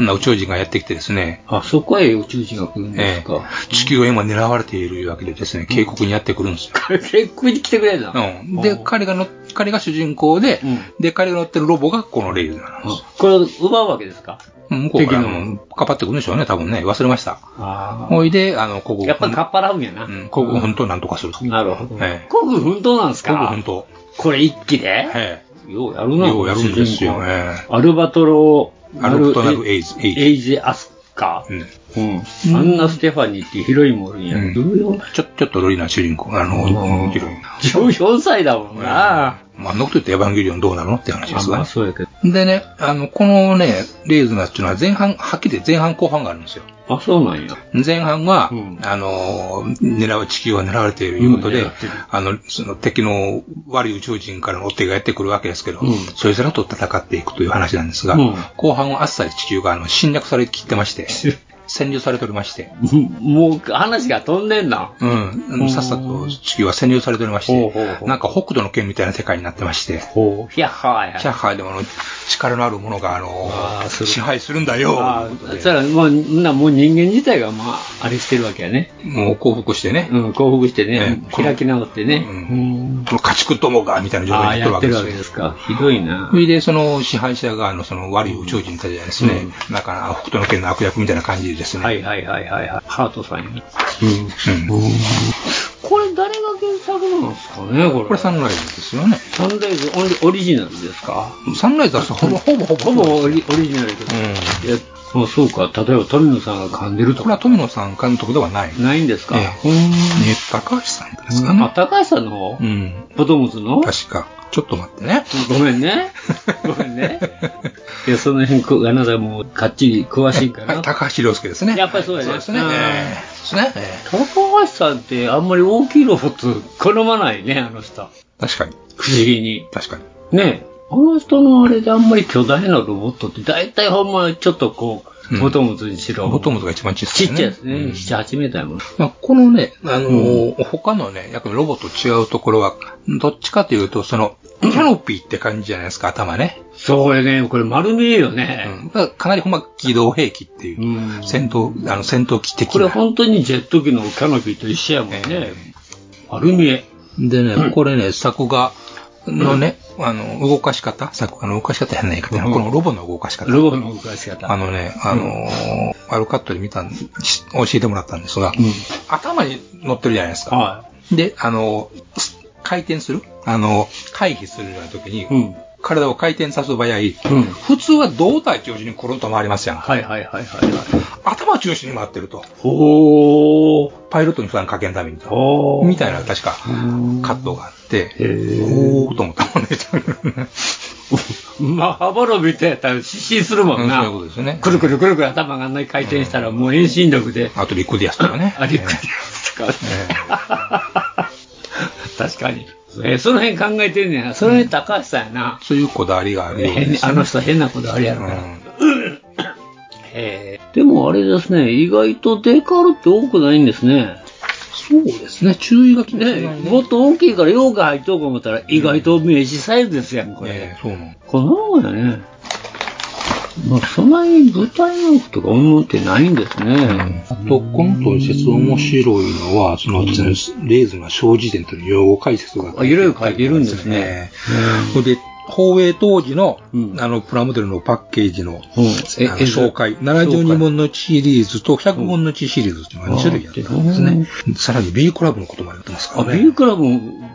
宇宙人がやってきてですね。 あ、そこへ宇宙人が来るんですか。 えー、地球が今狙われているわけでですね、渓谷にやってくるんですよ。 渓谷に来てくれるの？ うん。で、彼がの、彼が主人公で、うん、で、彼が乗ってるロボがこのレイズなんです。 これを奪うわけですか？ 向こうからかかってくるんでしょうね、多分ね。忘れました。 ああ。 ほいで、あの、国軍。 やっぱりかっぱらうんやな。 うん、国軍奮闘なんとかすると。 なるほど。ええ、国軍奮闘なんですか？ 国軍奮闘。 これ一気で？ ええ。ようやるな。 ようやるんですよね。 アルバトロ、 アルバトナルエイズ。 エイジアスカ。うん。うん。アンナ・ステファニーっていうヒロインもおるんや。うん、 ちょ、ちょっとロリな主人公、あの、ヒロイン。 じゅうよんさいだもんな。 まあ、のこと言ってエヴァンゲリオンどうなのって話ですが、ね。 まあ、そうやけど。 でね、あの、このね、レイズナーっていうのは前半、はっきり前半後半があるんですよ。 あ、そうなんや。 前半は、うん、あの、狙う、地球が狙われているということで、うん、あの、その敵の悪い宇宙人からの追っ手がやってくるわけですけど、うん、そいつらと戦っていくという話なんですが、うん、後半はあっさり地球があの侵略されきってまして、占領されておりまして。 もう話が飛んでんな。 うん。さっさと地球は占領されておりまして、ほうほうほう、なんか北斗の剣みたいな世界になってまして、 ほう、ヒャッハーや。 ヒャッハーでもあの力のあるものがあのあ支配するんだよ。 ああ、そらもうなもう人間自体がまああれしてるわけやね。 もう降伏してね。 うん、降伏してね、開き直ってね。うん。 この家畜どもがみたいな状態になってるわけですよ。 やってるわけですか。ひどいな。 それでその支配者側のその悪い宇宙人たちはですね、うん、なんか北斗の剣の悪役みたいな感じでですね。 はいはいはいはいはい。ハートさんや。うん。うん。これ誰が原作なんですかねこれ。 これサンライズですよね。 サンライズオリジナルですか？ サンライズはほぼほぼほぼほぼオリジナルだけど。うん。いや、もうそうか。例えば富野さんが噛んでるとか。 これは富野さん監督ではない。 ないんですか？ ええ。うん。ね、高橋さんですかね。 あ、高橋さんの方？うん。ボトムズの？ 確か。ちょっと待ってね。 ごめんね。ごめんね。いや、その辺、あなたもかっちり詳しいから。 はい、高橋良介ですね。 やっぱりそうやね。 そうですね。ですね。 高橋さんってあんまり大きいロボット好まないね、あの人。 確かに。 不思議に。 確かに。 ねえ。あの人のあれであんまり巨大なロボットって大体ほんまちょっとこう、ボトムズにしろ。 ボトムズが一番小さい、 ね。ちっちゃいですね。なな、はちメーターやもん。 まあ、このね、あのーうん、他のね、やっぱロボット違うところは、どっちかというと、その、キャノピーって感じじゃないですか、頭ね。 そうやね。これ丸見えよね。 うん、かなりほんま機動兵器っていう。うん、戦闘、あの、戦闘機的な。 これ本当にジェット機のキャノピーと一緒やもんね。えー、丸見え。 でね、これね、作画のね、あの、動かし方作画の動かし方やんないか、うん、このロボの動かし方。 ロボの動かし方。 あのね、あのー、アルカットで見たん、教えてもらったんですが、うん、頭に乗ってるじゃないですか。はい、で、あの、回転するあの、回避するような時に、うん、体を回転さす場合、うん、普通は胴体中心にコロンと回りますやん。 はいはいはいはい、はい。 頭中心に回ってると。 ほー。 パイロットに負担かけんためにと。みたいな確かカットがあって、おーと思ったもんね。 まあ、ハボロビとやったら失神するもんな。 うん、そういうことですね。 くるくるくるくる頭があんなに回転したらもう遠心力で。 あとリックディアスとかね。 あ、リックディアスとか、ね。確かに。えー、その辺考えてんねや。その辺高橋さんやな。 そういうこだわりがあるようです、ね。 あの人変なこだわりやるから。うんえー、でもあれですね、意外とデカールって多くないんですね。 そうですね、注意書きね。もっと大きいから用が入っとうか思ったら、意外と名刺サイズですやん、これ。 えー、そうなの。 このままやね。まあ、そんなに舞台の服とか思ってないんですね。うん、 あと、このトリセツ面白いのは、その、うん、レーズンが小辞典という用語解説が書いてあ、いろいろ書いてるんですね。 うん、で放映当時の、うん、あの、プラモデルのパッケージの、うん、えあの紹介、ななじゅうにぶんのいちシリーズとひゃくぶんのいちシリーズっていうのがに種類やってたんですね。さらに B クラブのことまでやってますからね。 あ、B クラブも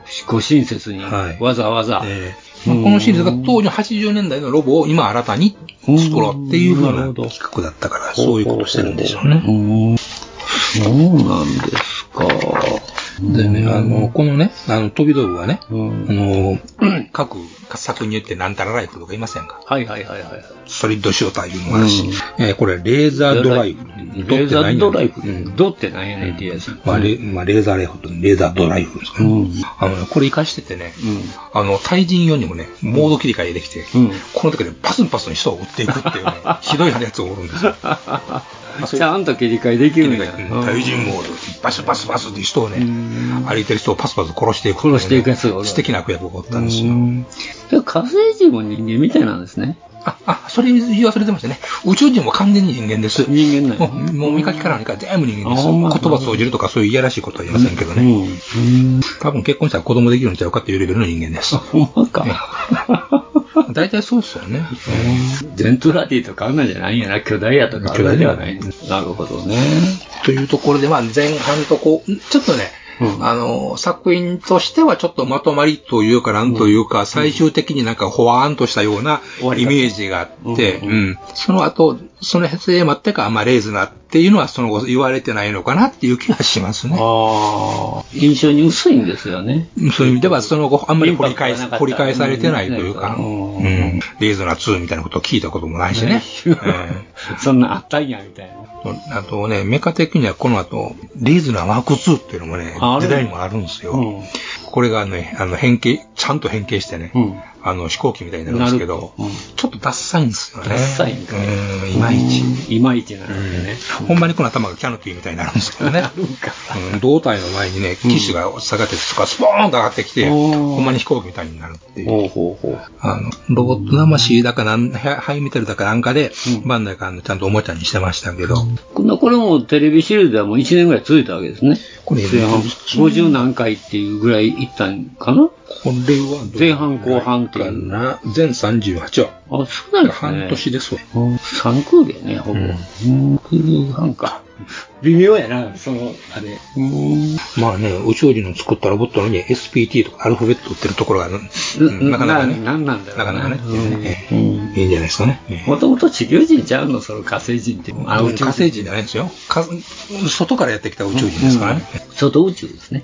ご親切に、わざわざ。 えーまあ、このシリーズが当時はちじゅうねんだいのロボを今新たに作ろうっていう風な企画だったから、そういうことしてるんでしょうね。 そうなんですか。 でね、あの、このね、あの、飛び道具はね、あの、各作によってなんたらライフルとかいませんか？ はいはいはいはい。 ソリッドシューターいうのもあるし、えー、これ、レーザードライフル。 レーザードライフルドって何やねんってやつ。 まあ、レまあ、レーザーライフル、レーザードライフルですかね。あの、これ活かしててね、あの、対人用にもね、モード切り替えできて、この時でパスンパスン人を撃っていくっていうね、ひどいやつがおるんですよ。 ちゃんと切り替えできるんだよ。 対人モード、パスパスパスって人をね、歩いてる人をパスパス殺していく。 殺していくやつがおる。 素敵な悪役がおったんですよ。 で火星人も人間みたいなんですね。 あ、あ、それ言い忘れてましたね。宇宙人も完全に人間です。 人間なんもう、もう見かけから何か全部人間です。言葉通じるとかそういういやらしいことは言いませんけどね。多分結婚したら子供できるんちゃうかっていうレベルの人間です。 ほんまか。 大体そうですよね。 デントラティとかあんなんじゃないんやな、巨大やとかあんなんではない。なるほどね。 というところで、まあ前半とこう、ちょっとね、うん、あの、作品としてはちょっとまとまりというか、なんというか、うん、最終的になんかほわーんとしたようなイメージがあって、うんうん、その後、その説明待ってか、まあ、レーズナっていうのはその後言われてないのかなっていう気がしますね。 ああ、印象に薄いんですよね。 そういう意味では、その後、あんまり掘り返す、掘り返されてないというか、うん、レーズナツーみたいなことを聞いたこともないしね。 えー、そんなあったんや、みたいな。 あとね、メカ的にはこの後、レーズナマークツーっていうのもね、時代にもあるんですよ。うん、これがね、あの変形、ちゃんと変形してね、うん、あの飛行機みたいになるんですけど、うん、ちょっとダッサいんですよね。 ダッサいんかね。 うん、いまいち。 いまいちなんでね、 うん。ほんまにこの頭がキャノピーみたいになるんですけどね。うん、胴体の前にね、機種が下がってとかスポーンと上がってきて、ほんまに飛行機みたいになるっていう。ほうほうほうあのロボット魂だかなん、ハイメタルだかなんかで、うん、バンダイがちゃんとおもちゃにしてましたけど。 これもテレビシリーズではもういちねんぐらい続いたわけですね。これごじゅう何回っていうぐらいいったんかな。 これは前半後半っていう。 全さんじゅうはちわ。 あ、そうなんですね。 半年ですわ。 さんクールやね、ほぼ。うん、クール半か。微妙やな、その、あれ。 まあね、宇宙人の作ったロボットのに エスピーティー とかアルファベット売ってるところが、なかなかね。 なんなんだろうなかなかね。いいんじゃないですかね。 もともと地球人ちゃうの、その火星人って。 あ、火星人じゃないんですよ。外からやってきた宇宙人ですからね。 外宇宙ですね。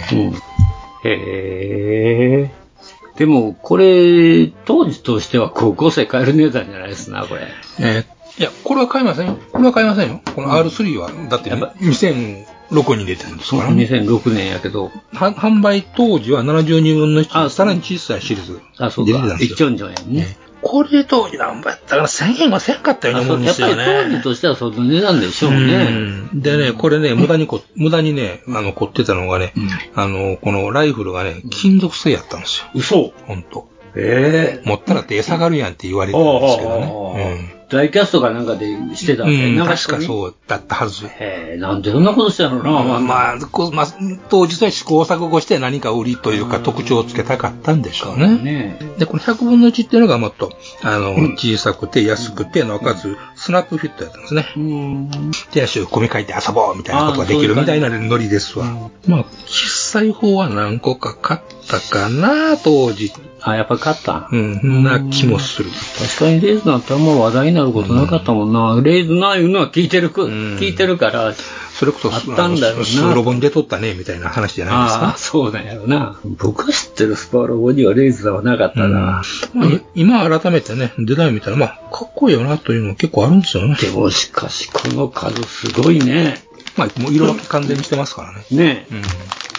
へー。でも、これ、当時としては高校生買える値段じゃないですな、これ。 えー、いや、これは買いませんよ。これは買いませんよ。この アールスリー は、だってにせんろくに出てるんですからね。 にせんろくねんやけど。 販売当時はななじゅうにぶんのいち、さらに小さいシリーズ。 あ、そうか。一丁々やんね。 これ当時何倍やったからせんえんはせんかったように思うんですよね。 やっぱり当時としてはその値段でしょうね。 でね、これね、無駄にこ、無駄にね、あの、凝ってたのがね、あの、このライフルがね、金属製やったんですよ。 嘘ほんと。 ええ。持ったら手下がるやんって言われてるんですけどね。 ダイキャストかなんかでしてたんで、 うん、確かそうだったはず。 へえ、なんでそんなことしたのな、 まあ、まあ、こまあ、当時は試行錯誤して何か売りというか特徴をつけたかったんでしょうね。ねで、このひゃくぶんのいちっていうのがもっと、あの、うん、小さくて安くて、なおかつ、スナップフィットやったんですね。手足を込み替えて遊ぼうみたいなことができるみたいなノリですわ。まあ、小さい方は何個か買ったかな、当時。 あ、やっぱ買った。 うん、な気もする。 確かにレーズナーってあんま話題になることなかったもんな。うん、レーズナーいうのは聞いてる、うん、聞いてるから、 それこそあったんだろうな。 スーロボに出とったね、みたいな話じゃないですか。 ああ、そうなんやろな。僕が知ってるスパロボにはレーズナーはなかったな。 うんまあ、今改めてね、デザイン見たら、まあ、かっこいいよなというのは結構あるんですよね。 でもしかし、この数すごいね。 まあ、もう色々完全にしてますからね。 ねえ。うん、いや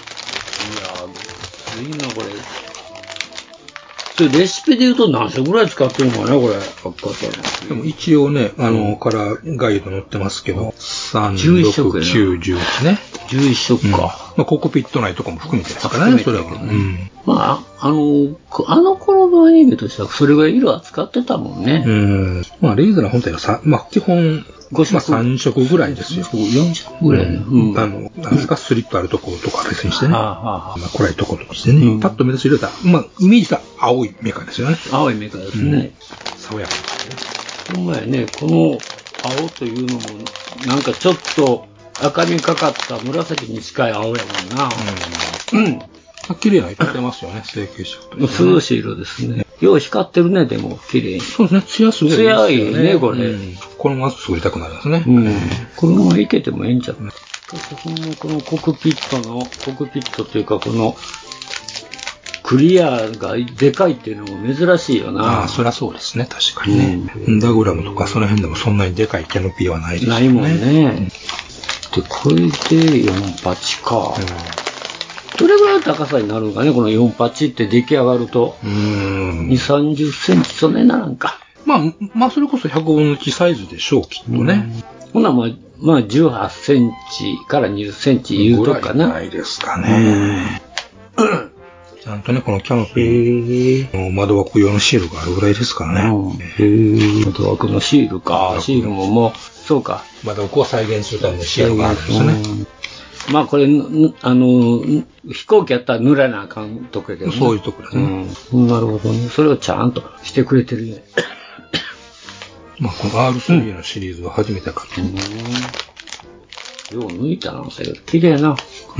ー、いいな、これ。レシピで言うと何色ぐらい使ってるのかね、これ。 でも一応ね、あの、カラーガイド載ってますけど、さん、ろく、きゅう、じゅういちね。 じゅういち色か。うん、 まあ、コックピット内とかも含めてですからね、それは。うん。 まあ、あの、あの頃のアニメとしては、それぐらい色は使ってたもんね。 うん。まあ、レーザー本体はさ、まあ、基本、まあ、さん色ぐらいですよ。 よん色ぐらい、 うん、あの、なんですか、スリップあるところとか別にしてね。まあ、暗いところとしてね。うん、パッと目指し入れた、まあ、イメージした青いメカですよね。 青いメカですね。 爽やかですね。ほんまやね、この青というのも、なんかちょっと赤みかかった紫に近い青やもんな。うん。うん。 綺麗な色出ますよね、成型色と、ね。 涼しい色ですね。よう光ってるね、でも、綺麗に。 そうですね、艶すごいですよね。 艶いいね、これ。うん、 このまま作りたくなりますね。 うん。このままいけてもいいんじゃない？このコックピットの、コックピットというか、この、クリアがでかいっていうのも珍しいよな。 ああ、そりゃそうですね、確かにね。うん、ダグラムとかその辺でもそんなにでかいキャノピーはないですよね。 ないもんね。で、これでよんパチか。うん、どれぐらいの高さになるんかね、このよんパチって出来上がると。うーん。に、さんじゅっセンチ、そんなにならんか。 まあ、まあ、それこそひゃくぶんのいちサイズでしょう、きっとね。 ほな、まあ、まあ、じゅうはちセンチからにじゅっセンチいうとかな。 ないですかね。ちゃんとね、このキャノピーの窓枠用のシールがあるぐらいですからね。 へぇ窓枠のシールか。シールももう、そうか。 窓枠を再現するためのシールがあるんですね。 まあこれ、あの、飛行機やったら塗らなあかんとこやけどね。 そういうとこですね。 うん。なるほどね。それをちゃんとしてくれてるね。 まあこの アールスリー のシリーズは初めてかと。うん。 よう抜いたな、それ。綺麗な。 うん。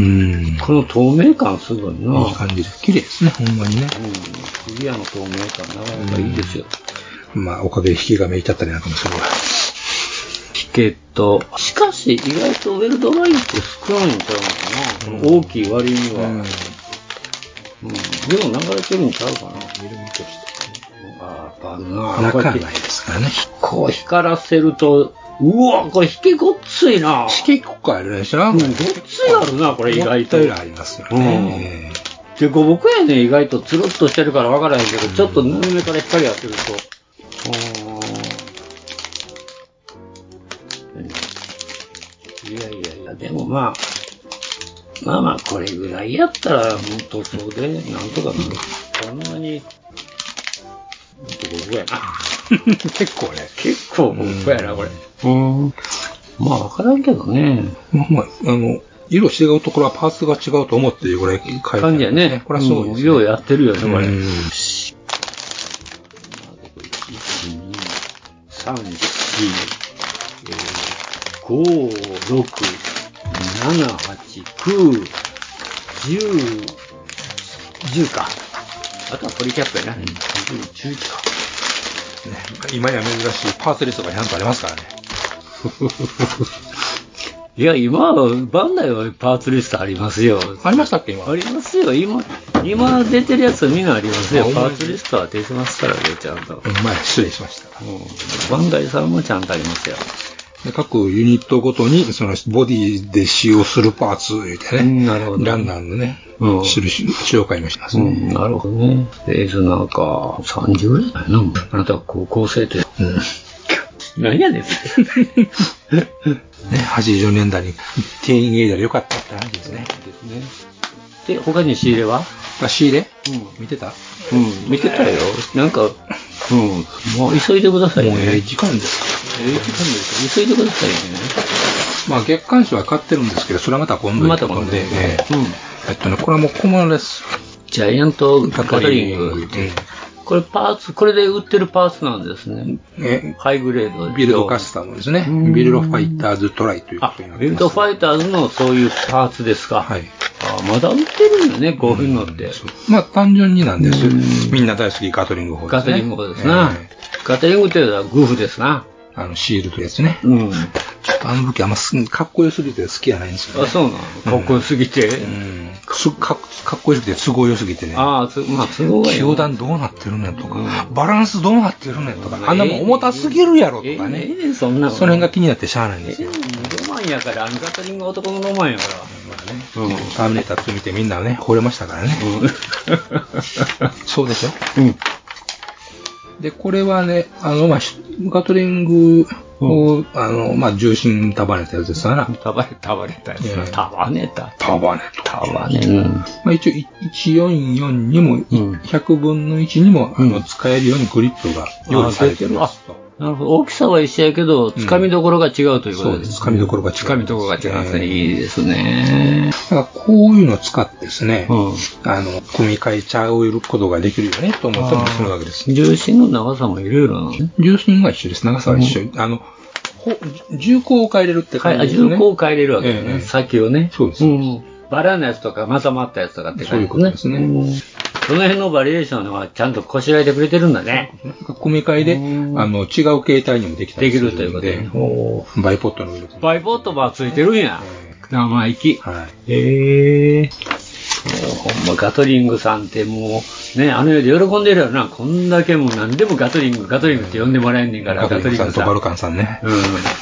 この透明感すごいな。 いい感じです。綺麗ですね、ほんまにね。 うん。クリアの透明感なかなかいいですよ。 うん、まあおかげで引きがめいちゃったりなんかもするわ。 チケット。しかし、意外とウェルドラインって少ないんちゃうのかな、うん、大きい割には。うん。うん、でも流れてるんちゃうかな、見る見として。ああ、やっぱあるな。 泣かないですからね。 こう光らせると、うわ、これ引きごっついな。 引きこっかあるでしょ、うん、 ごっついあるな、これ意外と。 思ったよりありますよね。 うん、で、僕やね、意外とつるっとしてるからわからへんけど、うん、ちょっとぬるめから光当てると。いやいやいや、でもまあ、まあまあ、これぐらいやったら、塗装でなんとかなる。こんなに、ボコボコやな。 結構ね。 結構ボコやな、これ。うん。まあ、わからんけどね。 まあ、まあ、あの、色違うところはパーツが違うと思っていうぐらい書いてある、ね。 感じやね。 これはそうです、ね。 色やってるよね、これ。いち、に、さん、よん、ご、ろく、なな、はち、きゅう、じゅう、じゅうか。あとはポリキャップやな。うん、じゅう、じゅういちか。 ね、今や珍しいパーツリストがちゃんとありますからね。 いや、今は、バンダイはパーツリストありますよ。 ありましたっけ、今。 ありますよ。今、今出てるやつはみんなありますよ。パーツリストは出てますからね、ちゃんと。 うん、前、失礼しました。 うん。バンダイさんもちゃんとありますよ。 で各ユニットごとに、その、ボディで使用するパーツ、言うてね。 うん、なるほど。 ランナーのね、うん、印、紹介もしますね、 うん。なるほどね。レーズなんか、さんじゅうぐらいだよな。あなたは高校生って。うん。何やねん。ね、 はちじゅうねんだいにティーンエイジャーでよかったって話ですね。ですね。 で、他に仕入れはあ、仕入れうん。見てたうん、見てたよ。なんか、うん。もう急いでくださいね。 もうええ時間ですかええ時間ですか急いでくださいね。 まあ月刊誌は買ってるんですけど、それはまた今度また今度で。 えー、うん。えっとね、これはもう小物です。 ジャイアントガトリング。うん。これパーツ、これで売ってるパーツなんですね。 えハイグレード。 ビルドカスタムですね。ビルドファイターズトライということになります。 ビルドファイターズのそういうパーツですか。 はい。 あ、まだ売ってるんだね、こういうのって。 まあ単純になんです。みんな大好きガトリング法ですね。 ガトリング法ですな。ガトリングというのはグーフですな。 あの、シールドですね。 うん。 ちょっとあの武器あんまかっこよすぎて好きじゃないんですよ、ね。 あ、そうなのかっこよすぎて。うん。 かっこよすぎて都合よすぎてね。 ああ、つ、まあ、都合がいい。 球団どうなってるねんとか、うん、バランスどうなってるねんとか、あんなもん重たすぎるやろとかね。 ええ、そんなの。 その辺が気になってしゃあないんですよ。 ええ、ロマンやから、あのガトリング男のロマンやから。 まあね。うん。ターミネーターツー見てみんなね、惚れましたからね。うん、そうでしょうん。で、これはね、あの、まあ、ガトリングを、うん、あの、まあ、重心束ねたやつですわな。 束ね、束ねたやつ。束ねた。 束ねた。束ね。うん。 まあ、一応、いちよんよんにも、ひゃくぶんのいちにも、あの、使えるようにグリップが用意されてますと。 なるほど。大きさは一緒やけど、掴みどころが違うということです。そうです。 掴みどころが違う。 掴みどころが違うんですね。いいですね。 だからこういうのを使ってですね、うん、あの、組み替えちゃうことができるよね、と思ったりもするわけです。 重心の長さもいろいろなのね。 重心は一緒です。長さは一緒。うん、あの、重厚を変えれるって感じですね。 重厚を変えれるわけですね。先をね。 そうです。うんバラのやつとかまとまったやつとかってそういうことですね。 その辺のバリエーションはちゃんとこしらえてくれてるんだね。 組み替えで、あの、違う形態にもできたりするんで。 できるということで。 バイポットの上で。 バイポットもついてるんや。生意気。 はい。 へえ。ほんまガトリングさんってもう、ね、あの世で喜んでるやろな。こんだけもう何でもガトリング、ガトリングって呼んでもらえんねんから、 ガトリングさんとバルカンさんね。 うん。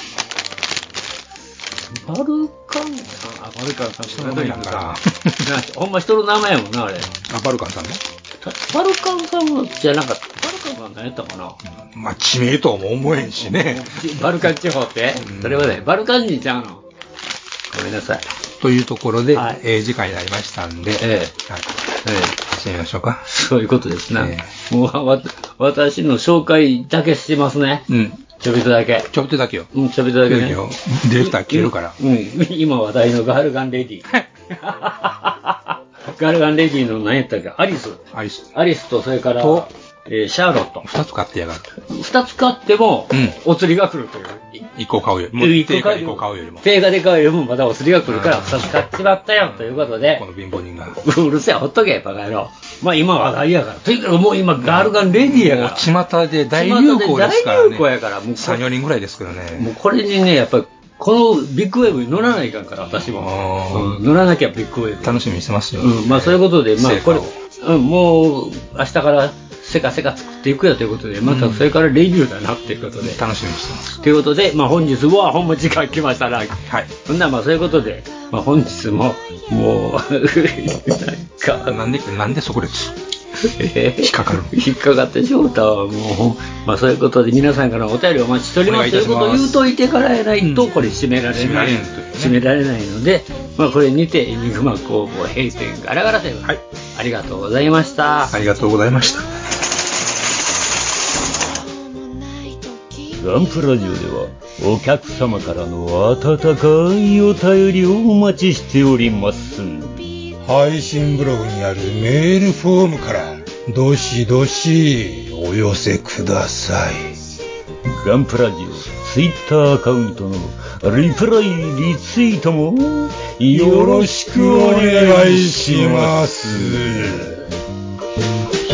バルカンさん、あ、バルカンさんとガトリングさん。ほんま人の名前やもんな、あれ。 あ、バルカンさんね。 バルカンさんじゃなかった。バルカンさん何やったかな。 まあ、地名とも思えんしね。 バルカン地方って、それはね、バルカン人ちゃうの。ごめんなさい。 というところで、はい、えー、時間になりましたんで、ええはい、ええ、してみましょうか。 そういうことですね。えー、もうわ、私の紹介だけしてますね。うん。ちょびっとだけ。 ちょびっとだけよ。 うん、ちょびっとだけね。 ディレクター消えるから。 うん。今話題のガールガンレディ。ガールガンレディの何やったっけアリス。 アリス。 アリスと、それから、とえー、シャーロット。 二つ買ってやがる。 二つ買っても、うん、お釣りが来るという。 一個買うよりも。定価で一個買うよりも。 定価で買うよりもまだお釣りが来るから二つ買っちまったよということで。 この貧乏人が。 うるせえ、ほっとけ、バカ野郎。まあ今話題やから。というかもう今ガールガンレディやから。 もう巷で大流行ですからね。 大流行やから。もうさん、よにんぐらいですけどね。 もうこれにね、やっぱり、このビッグウェーブに乗らないかんから、私も。うん、乗らなきゃビッグウェーブ。 楽しみにしてますよ。 うん、まあそういうことで、まあこれ、うん、もう明日からせかせか作っていくよということで、またそれからレビューだなっていうことで。 楽しみにしてます。 ということで、まあ本日は、ほんま時間来ましたな。はい。そんなまあそういうことで、まあ本日も、もう、なんか。 なんで、なんでそこでえー、 引っかかる引っかかってしもうたわ、もう。まあそういうことで皆さんからお便りお待ちしておりますということを言うといてからやないと、これ締められない。締められないので、まあこれにてエニグマ工房閉店ガラガラ店。はい。ありがとうございました。 ありがとうございました。 ガンプラジオではお客様からの温かいお便りをお待ちしております。 配信ブログにあるメールフォームからどしどしお寄せください。 ガンプラジオツイッターアカウントのリプライリツイートもよろしくお願いします。